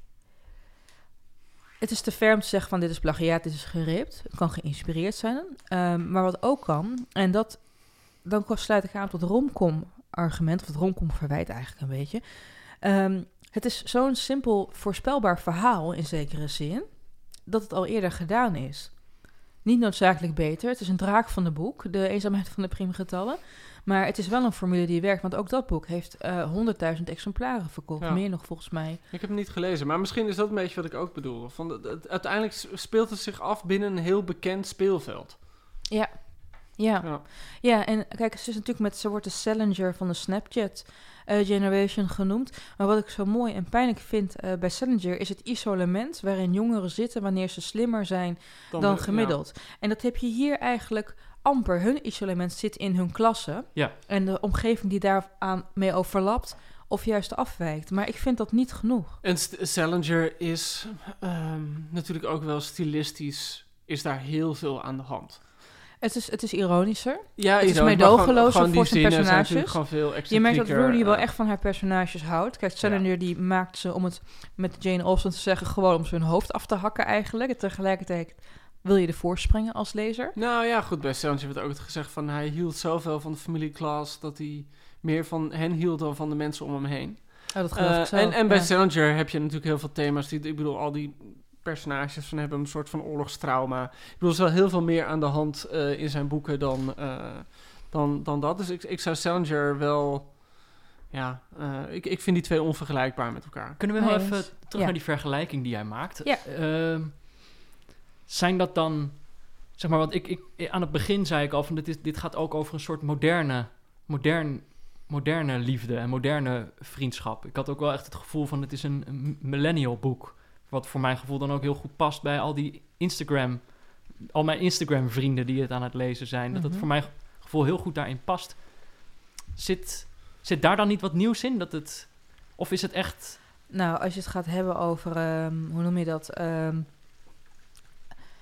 Het is te ver om te zeggen van dit is plagiaat, dit is geript. Het kan geïnspireerd zijn. Maar wat ook kan, en dan sluit ik aan tot het romcom-argument, of het romcom-verwijt eigenlijk een beetje. Het is zo'n simpel voorspelbaar verhaal in zekere zin, dat het al eerder gedaan is. Niet noodzakelijk beter. Het is een draak van de boek, De eenzaamheid van de priemgetallen. Maar het is wel een formule die werkt, want ook dat boek heeft 100.000 exemplaren verkocht. Ja. Meer nog volgens mij. Ik heb het niet gelezen, maar misschien is dat een beetje wat ik ook bedoel. Uiteindelijk speelt het zich af binnen een heel bekend speelveld. Ja, en kijk, ze wordt de Salinger van de Snapchat generation genoemd. Maar wat ik zo mooi en pijnlijk vind bij Salinger is het isolement waarin jongeren zitten wanneer ze slimmer zijn dan gemiddeld. Ja. En dat heb je hier eigenlijk amper. Hun isolement zit in hun klasse. Ja. En de omgeving die daaraan mee overlapt of juist afwijkt. Maar ik vind dat niet genoeg. En Salinger is natuurlijk ook wel stilistisch, is daar heel veel aan de hand. Het is ironischer. Ja, het is meedogenlozer voor zijn personages. Gewoon veel je merkt dat Rooney wel echt van haar personages houdt. Kijk, Salinger die maakt ze, om het met Jane Austen te zeggen, gewoon om ze hun hoofd af te hakken eigenlijk. En tegelijkertijd wil je ervoor springen als lezer. Nou ja, goed, bij Salinger werd ook gezegd van hij hield zoveel van de familie Klaas dat hij meer van hen hield dan van de mensen om hem heen. Oh, dat geloof ik zo. En bij Salinger heb je natuurlijk heel veel thema's ik bedoel, al die personages van hebben een soort van oorlogstrauma. Ik bedoel, er is wel heel veel meer aan de hand in zijn boeken dan dat. Dus ik zou Salinger wel... Ja, ik vind die twee onvergelijkbaar met elkaar. Kunnen we wel even terug naar die vergelijking die jij maakt? Ja. Zijn dat dan... Zeg maar, want ik aan het begin zei ik al van dit gaat ook over een soort moderne liefde en moderne vriendschap. Ik had ook wel echt het gevoel van het is een millennial boek. Wat voor mijn gevoel dan ook heel goed past bij al mijn Instagram vrienden die het aan het lezen zijn. Mm-hmm. Dat het voor mijn gevoel heel goed daarin past. Zit daar dan niet wat nieuws in? Of is het echt... Nou, als je het gaat hebben over, hoe noem je dat?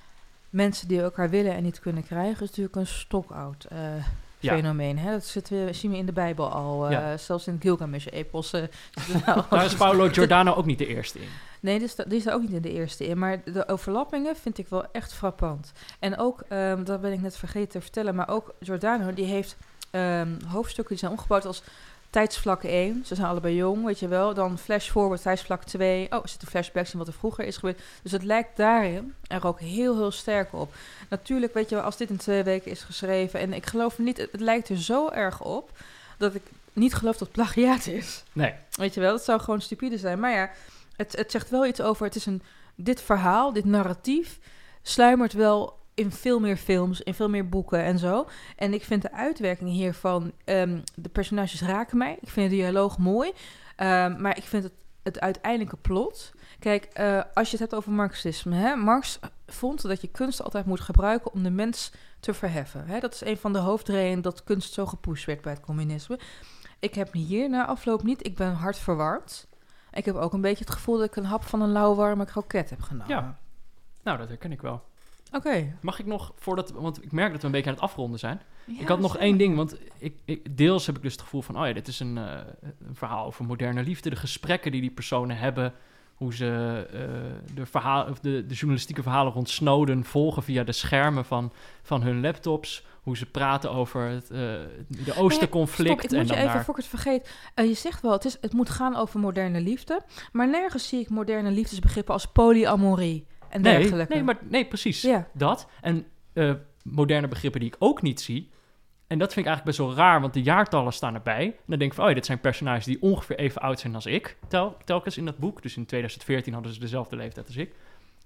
mensen die elkaar willen en niet kunnen krijgen, is natuurlijk een stokoud fenomeen. Hè? Dat zien we in de Bijbel al. Zelfs in Gilgamesh-epos. Daar is Paolo Giordano ook niet de eerste in. Nee, die is er ook niet in de eerste in. Maar de overlappingen vind ik wel echt frappant. En ook, dat ben ik net vergeten te vertellen, maar ook Giordano, die heeft hoofdstukken die zijn omgebouwd als tijdsvlak 1. Ze zijn allebei jong, weet je wel. Dan flash forward, tijdsvlak 2. Oh, er zitten flashbacks in wat er vroeger is gebeurd. Dus het lijkt daarin er ook heel, heel sterk op. Natuurlijk, weet je wel, als dit in 2 weken is geschreven, en ik geloof niet, het lijkt er zo erg op, dat ik niet geloof dat het plagiaat is. Nee. Weet je wel, dat zou gewoon stupide zijn. Maar ja, het zegt wel iets over, dit verhaal, dit narratief, sluimert wel in veel meer films, in veel meer boeken en zo. En ik vind de uitwerking hiervan, de personages raken mij. Ik vind de dialoog mooi. Maar ik vind het uiteindelijke plot. Kijk, als je het hebt over marxisme, hè, Marx vond dat je kunst altijd moet gebruiken om de mens te verheffen. Hè. Dat is een van de hoofdredenen dat kunst zo gepusht werd bij het communisme. Ik heb hier na afloop niet, ik ben hard verward. Ik heb ook een beetje het gevoel dat ik een hap van een lauwwarme kroket heb genomen. Ja, nou dat herken ik wel. Oké. Mag ik nog, want ik merk dat we een beetje aan het afronden zijn. Ja, Ik had nog één ding, want deels heb ik dus het gevoel van, dit is een verhaal over moderne liefde. De gesprekken die personen hebben, hoe ze de journalistieke verhalen rond Snowden volgen via de schermen van hun laptops. Hoe ze praten over de Oosterconflict. Stop, ik moet je even, voor ik het vergeet. Je zegt wel, het moet gaan over moderne liefde. Maar nergens zie ik moderne liefdesbegrippen als polyamorie en dergelijke. Nee, precies. Ja. Dat. En moderne begrippen die ik ook niet zie. En dat vind ik eigenlijk best wel raar, want de jaartallen staan erbij. En dan denk ik van, dit zijn personages die ongeveer even oud zijn als ik. Telkens in dat boek. Dus in 2014 hadden ze dezelfde leeftijd als ik.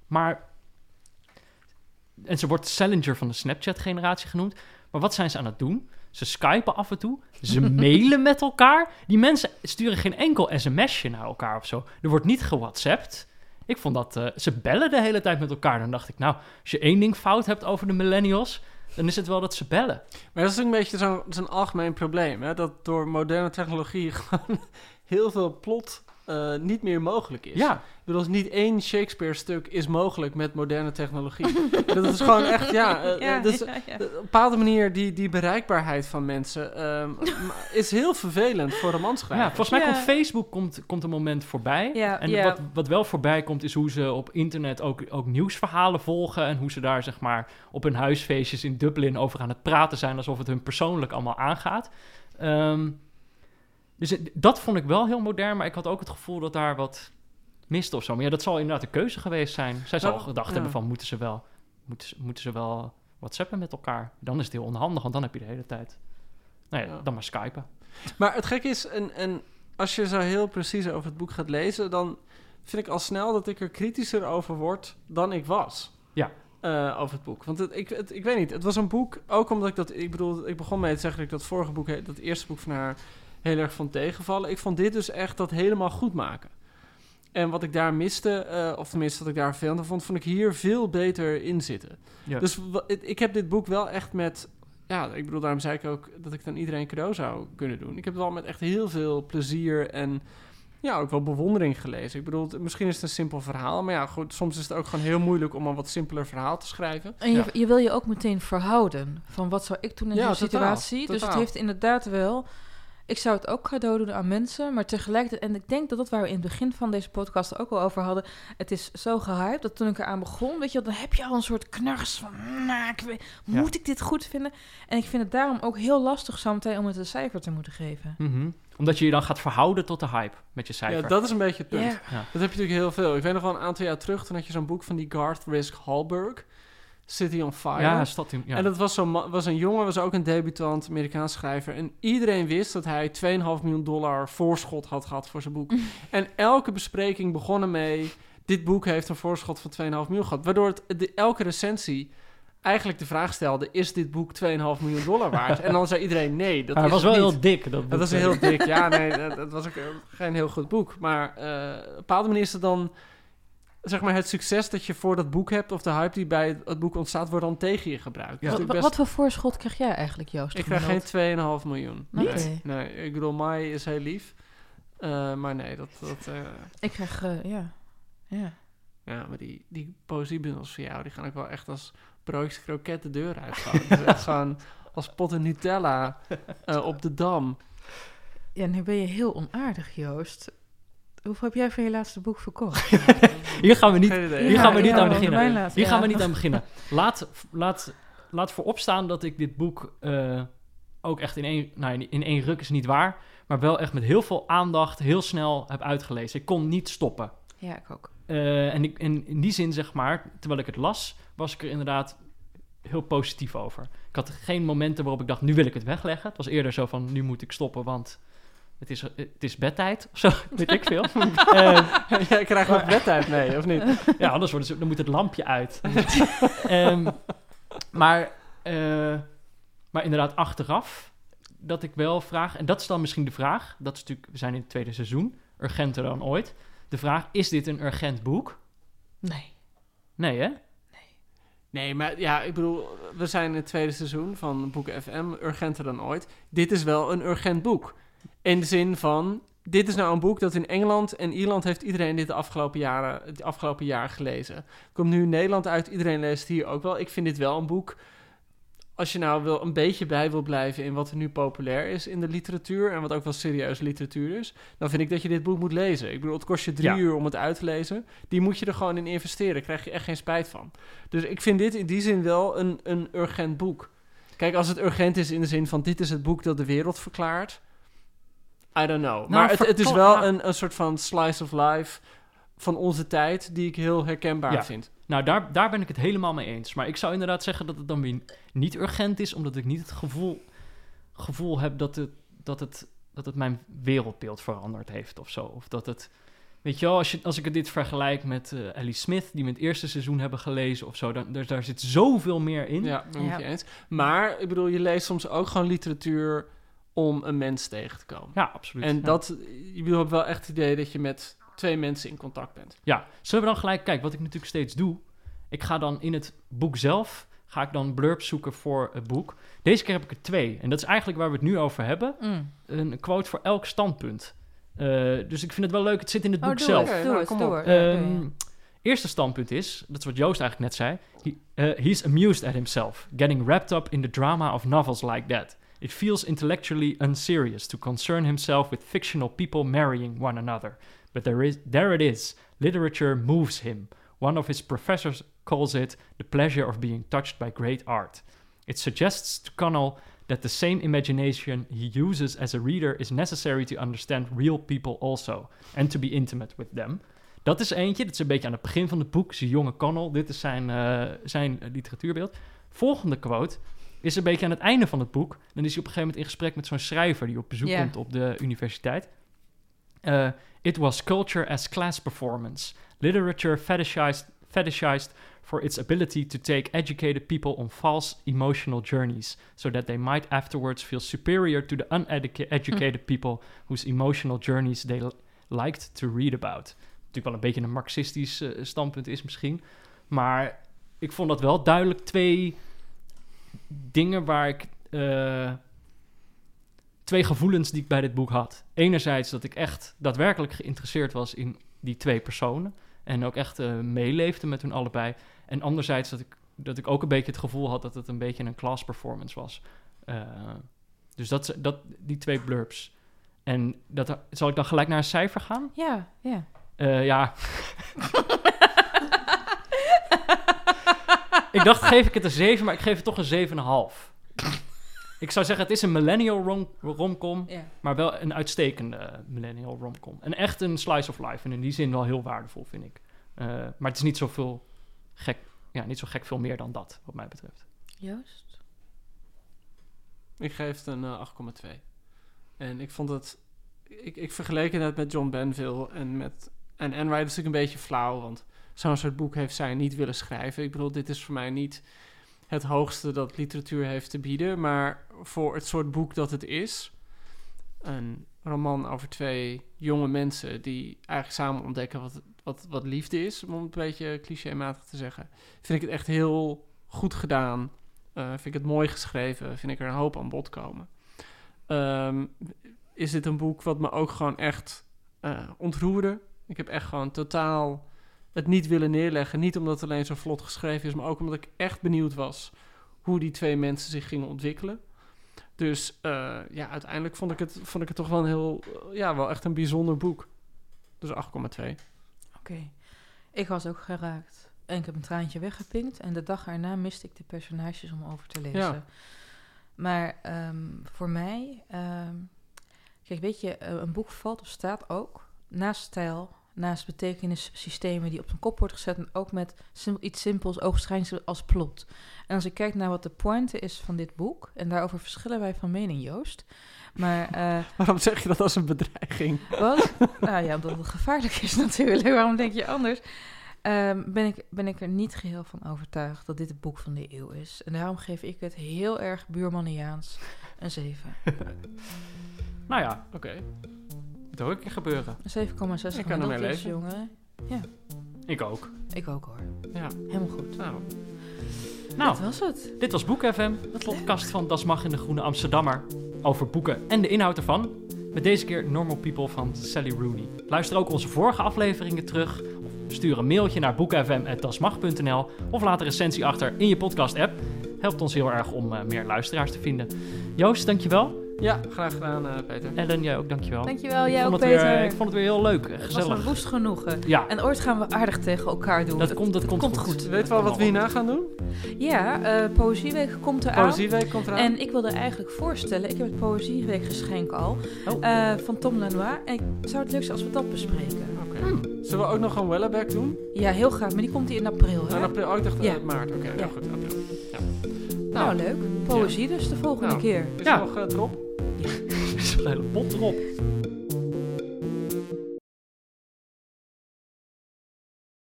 En ze wordt Salinger van de Snapchat-generatie genoemd. Maar wat zijn ze aan het doen? Ze skypen af en toe. Ze mailen met elkaar. Die mensen sturen geen enkel sms'je naar elkaar of zo. Er wordt niet gewhatsappt. Ik vond dat... ze bellen de hele tijd met elkaar. Dan dacht ik, nou, als je één ding fout hebt over de millennials, dan is het wel dat ze bellen. Maar dat is ook een beetje zo'n algemeen probleem. Hè? Dat door moderne technologie gewoon heel veel plot niet meer mogelijk is. Ja. Ik bedoel, niet één Shakespeare-stuk is mogelijk met moderne technologie. Dat is gewoon echt, dus op een bepaalde manier die bereikbaarheid van mensen is heel vervelend voor romanschrijvers. Ja, volgens mij komt Facebook komt een moment voorbij. Ja, en wat wel voorbij komt, is hoe ze op internet ook nieuwsverhalen volgen en hoe ze daar, zeg maar, op hun huisfeestjes in Dublin over aan het praten zijn, alsof het hun persoonlijk allemaal aangaat. Dus dat vond ik wel heel modern, maar ik had ook het gevoel dat daar wat miste of zo. Maar ja, dat zal inderdaad een keuze geweest zijn. Zij zal gedacht hebben van, moeten ze wel whatsappen met elkaar? Dan is het heel onhandig, want dan heb je de hele tijd... dan maar skypen. Maar het gekke is, en als je zo heel precies over het boek gaat lezen, dan vind ik al snel dat ik er kritischer over word dan ik was. Ja. Over het boek. Want ik weet niet, het was een boek, ook omdat ik begon mee te zeggen dat ik dat vorige boek, dat eerste boek van haar, heel erg vond tegenvallen. Ik vond dit dus echt dat helemaal goed maken. En wat ik daar miste, of tenminste wat ik daar vervelend vond ik hier veel beter in zitten. Ja. Dus ik heb dit boek wel echt met... Ja, ik bedoel, daarom zei ik ook dat ik het aan iedereen cadeau zou kunnen doen. Ik heb het wel met echt heel veel plezier en ook wel bewondering gelezen. Ik bedoel, misschien is het een simpel verhaal, maar ja, goed, soms is het ook gewoon heel moeilijk om een wat simpeler verhaal te schrijven. En je wil je ook meteen verhouden van wat zou ik doen in zo'n situatie. Totaal. Dus het heeft inderdaad wel... Ik zou het ook cadeau doen aan mensen, maar tegelijkertijd... En ik denk dat dat waar we in het begin van deze podcast ook al over hadden. Het is zo gehyped dat toen ik eraan begon, weet je, dan heb je al een soort knars van... moet ik dit goed vinden? En ik vind het daarom ook heel lastig zometeen om het een cijfer te moeten geven. Mm-hmm. Omdat je dan gaat verhouden tot de hype met je cijfer. Ja, dat is een beetje het punt. Yeah. Ja. Dat heb je natuurlijk heel veel. Ik weet nog wel een aantal jaar terug, toen had je zo'n boek van die Garth Risk-Hallberg... City on Fire. Ja, En dat was een jongen, was ook een debutant, Amerikaans schrijver. En iedereen wist dat hij $2,5 miljoen voorschot had gehad voor zijn boek. En elke bespreking begon ermee... Dit boek heeft een voorschot van $2,5 miljoen gehad. Waardoor elke recensie eigenlijk de vraag stelde... Is dit boek $2,5 miljoen waard? En dan zei iedereen nee, dat is het was wel niet. heel dik, dat boek. Dat was heel dik, ja. Nee, dat was ook geen heel goed boek. Maar op een bepaalde manier is het dan... Zeg maar het succes dat je voor dat boek hebt... of de hype die bij het boek ontstaat... wordt dan tegen je gebruikt. Ja. Wat voor voorschot krijg jij eigenlijk, Joost? Ik krijg geen $2,5 miljoen. Nee. Nee, ik bedoel, Mai is heel lief. Maar nee, dat ik krijg, ja. Ja, maar die poëziebundels van jou... die gaan ook wel echt als broodjes kroket de deur uitgaan. Het is echt gewoon als potten Nutella op de Dam. Ja, nu ben je heel onaardig, Joost. Hoeveel heb jij van je laatste boek verkocht? Hier gaan we niet, Geen idee. hier gaan we niet aan mijn beginnen. laatste, Hier gaan we ja. niet aan beginnen. Laat voorop staan dat ik dit boek ook echt in één ruk is niet waar, maar wel echt met heel veel aandacht heel snel heb uitgelezen. Ik kon niet stoppen. Ja, ik ook. En in die zin, zeg maar, terwijl ik het las, was ik er inderdaad heel positief over. Ik had geen momenten waarop ik dacht, nu wil ik het wegleggen. Het was eerder zo van, nu moet ik stoppen, want het is bedtijd of zo, weet ik veel. Jij krijgt ook bedtijd mee, of niet? Ja, anders dan moet het lampje uit. Maar inderdaad, achteraf, dat ik wel vraag, en dat is dan misschien de vraag, dat is natuurlijk, we zijn in het tweede seizoen, urgenter dan ooit. De vraag, is dit een urgent boek? Nee. Nee, hè? Nee, maar ja, ik bedoel, we zijn in het tweede seizoen van Boeken FM, urgenter dan ooit. Dit is wel een urgent boek. In de zin van, dit is nou een boek dat in Engeland en Ierland heeft iedereen dit het afgelopen jaar gelezen. Komt nu in Nederland uit, iedereen leest het hier ook wel. Ik vind dit wel een boek, als je nou een beetje bij wil blijven in wat er nu populair is in de literatuur en wat ook wel serieuze literatuur is, dan vind ik dat je dit boek moet lezen. Ik bedoel, het kost je 3 uur om het uit te lezen. Die moet je er gewoon in investeren. Daar krijg je echt geen spijt van. Dus ik vind dit in die zin wel een urgent boek. Kijk, als het urgent is in de zin van dit is het boek dat de wereld verklaart, I don't know. Maar het is wel een soort van slice of life van onze tijd die ik heel herkenbaar vind. Nou, daar ben ik het helemaal mee eens. Maar ik zou inderdaad zeggen dat het dan weer niet urgent is, omdat ik niet het gevoel heb dat het mijn wereldbeeld veranderd heeft of zo. Of dat het, weet je wel, als ik dit vergelijk met Ellie Smith, die we in het eerste seizoen hebben gelezen of zo, daar zit zoveel meer in. Ja, dat moet je eens. Maar, ik bedoel, je leest soms ook gewoon literatuur om een mens tegen te komen. Ja, absoluut. En je hebt wel echt het idee dat je met 2 mensen in contact bent. Ja, zullen we dan gelijk, kijk, wat ik natuurlijk steeds doe, ik ga dan in het boek zelf, ga ik dan blurbs zoeken voor het boek. Deze keer heb ik er 2. En dat is eigenlijk waar we het nu over hebben. Een quote voor elk standpunt. Dus ik vind het wel leuk, het zit in het boek zelf. Doe het. Eerste standpunt is, dat is wat Joost eigenlijk net zei, he's amused at himself, getting wrapped up in the drama of novels like that. It feels intellectually unserious to concern himself with fictional people marrying one another. But there it is. Literature moves him. One of his professors calls it the pleasure of being touched by great art. It suggests to Connell that the same imagination he uses as a reader is necessary to understand real people also, and to be intimate with them. Dat is eentje, dat is een beetje aan het begin van het boek. Is een jonge Connell, dit is zijn literatuurbeeld. Volgende quote is een beetje aan het einde van het boek. Dan is hij op een gegeven moment in gesprek met zo'n schrijver die op bezoek komt op de universiteit. It was culture as class performance. Literature fetishized for its ability to take educated people on false emotional journeys, so that they might afterwards feel superior to the uneducated people whose emotional journeys they liked to read about. Natuurlijk wel een beetje een marxistisch standpunt is misschien. Maar ik vond dat wel duidelijk 2 dingen waar ik... 2 gevoelens die ik bij dit boek had. Enerzijds dat ik echt daadwerkelijk geïnteresseerd was in die 2 personen. En ook echt meeleefde met hun allebei. En anderzijds dat ik ook een beetje het gevoel had dat het een beetje een class performance was. Dus die 2 blurbs. En zal ik dan gelijk naar een cijfer gaan? Ja. Ja. Ik dacht, geef ik het een 7, maar ik geef het toch een 7,5. Ik zou zeggen, het is een millennial romcom, maar wel een uitstekende millennial romcom. En echt een slice of life. En in die zin wel heel waardevol, vind ik. Maar het is niet zo gek veel meer dan dat, wat mij betreft. Joost? Ik geef het een 8,2. En ik vond het... Ik vergeleek het met John Banville en Anne Rice is natuurlijk een beetje flauw, want zo'n soort boek heeft zij niet willen schrijven. Ik bedoel, dit is voor mij niet het hoogste dat literatuur heeft te bieden, maar voor het soort boek dat het is, een roman over 2 jonge mensen die eigenlijk samen ontdekken wat liefde is, om het een beetje clichématig te zeggen, vind ik het echt heel goed gedaan. Vind ik het mooi geschreven, vind ik er een hoop aan bod komen. Is dit een boek wat me ook gewoon echt ontroerde. Ik heb echt gewoon totaal het niet willen neerleggen. Niet omdat het alleen zo vlot geschreven is, maar ook omdat ik echt benieuwd was hoe die twee mensen zich gingen ontwikkelen. Dus uiteindelijk vond ik het toch wel een heel, wel echt een bijzonder boek. Dus 8,2. Oké. Ik was ook geraakt. En ik heb een traantje weggepinkt. En de dag erna miste ik de personages om over te lezen. Ja. Maar voor mij... kijk, weet je, een boek valt of staat ook naast stijl, naast betekenissystemen die op zijn kop wordt gezet en ook met iets simpels, oogschijnsel als plot. En als ik kijk naar wat de pointe is van dit boek, en daarover verschillen wij van mening, Joost. Maar, waarom zeg je dat als een bedreiging? Wat? Nou ja, omdat het gevaarlijk is natuurlijk. Waarom denk je anders? Ben ik er niet geheel van overtuigd dat dit het boek van de eeuw is. En daarom geef ik het heel erg buurmanniaans een 7. Nou ja, Oké. moet ook een keer gebeuren. Een 7,6 Ik kan ermee is, leven. jongen. Ja, Ik ook. ik ook hoor. Ja. Helemaal goed. Nou, Nou, Dat was het. dit was Boek FM, de podcast van Das Mag in de Groene Amsterdammer. Over boeken en de inhoud ervan. Met deze keer Normal People van Sally Rooney. Luister ook onze vorige afleveringen terug. Of stuur een mailtje naar boekfm@dasmag.nl. Of laat een recensie achter in je podcast-app. Helpt ons heel erg om meer luisteraars te vinden. Joost, dankjewel. ja, graag gedaan, Peter. Ellen, jij ook, dankjewel. Dankjewel, jij ook, het Peter. weer, ik vond het weer heel leuk, Het was gezellig. een woest genoegen. Ja, En ooit gaan we aardig tegen elkaar doen. dat komt goed. Weet wel wat we hierna gaan doen? Ja, Poëzieweek komt eraan. Poëzieweek komt eraan. En ik wilde eigenlijk voorstellen, ik heb het Poëzieweek geschenk al, van Tom Lanois. En ik zou het leuk zijn als we dat bespreken. Oké. Zullen we ook nog een Welleback doen? Ja, heel graag, maar die komt in april. Hè? In april? Oh, ik dacht Ja. maart. Oké, Ja. heel goed. April. Ja. Nou, leuk. Poëzie dus de volgende Nou. keer. Is Ja. er nog drop? Er is een hele pot erop.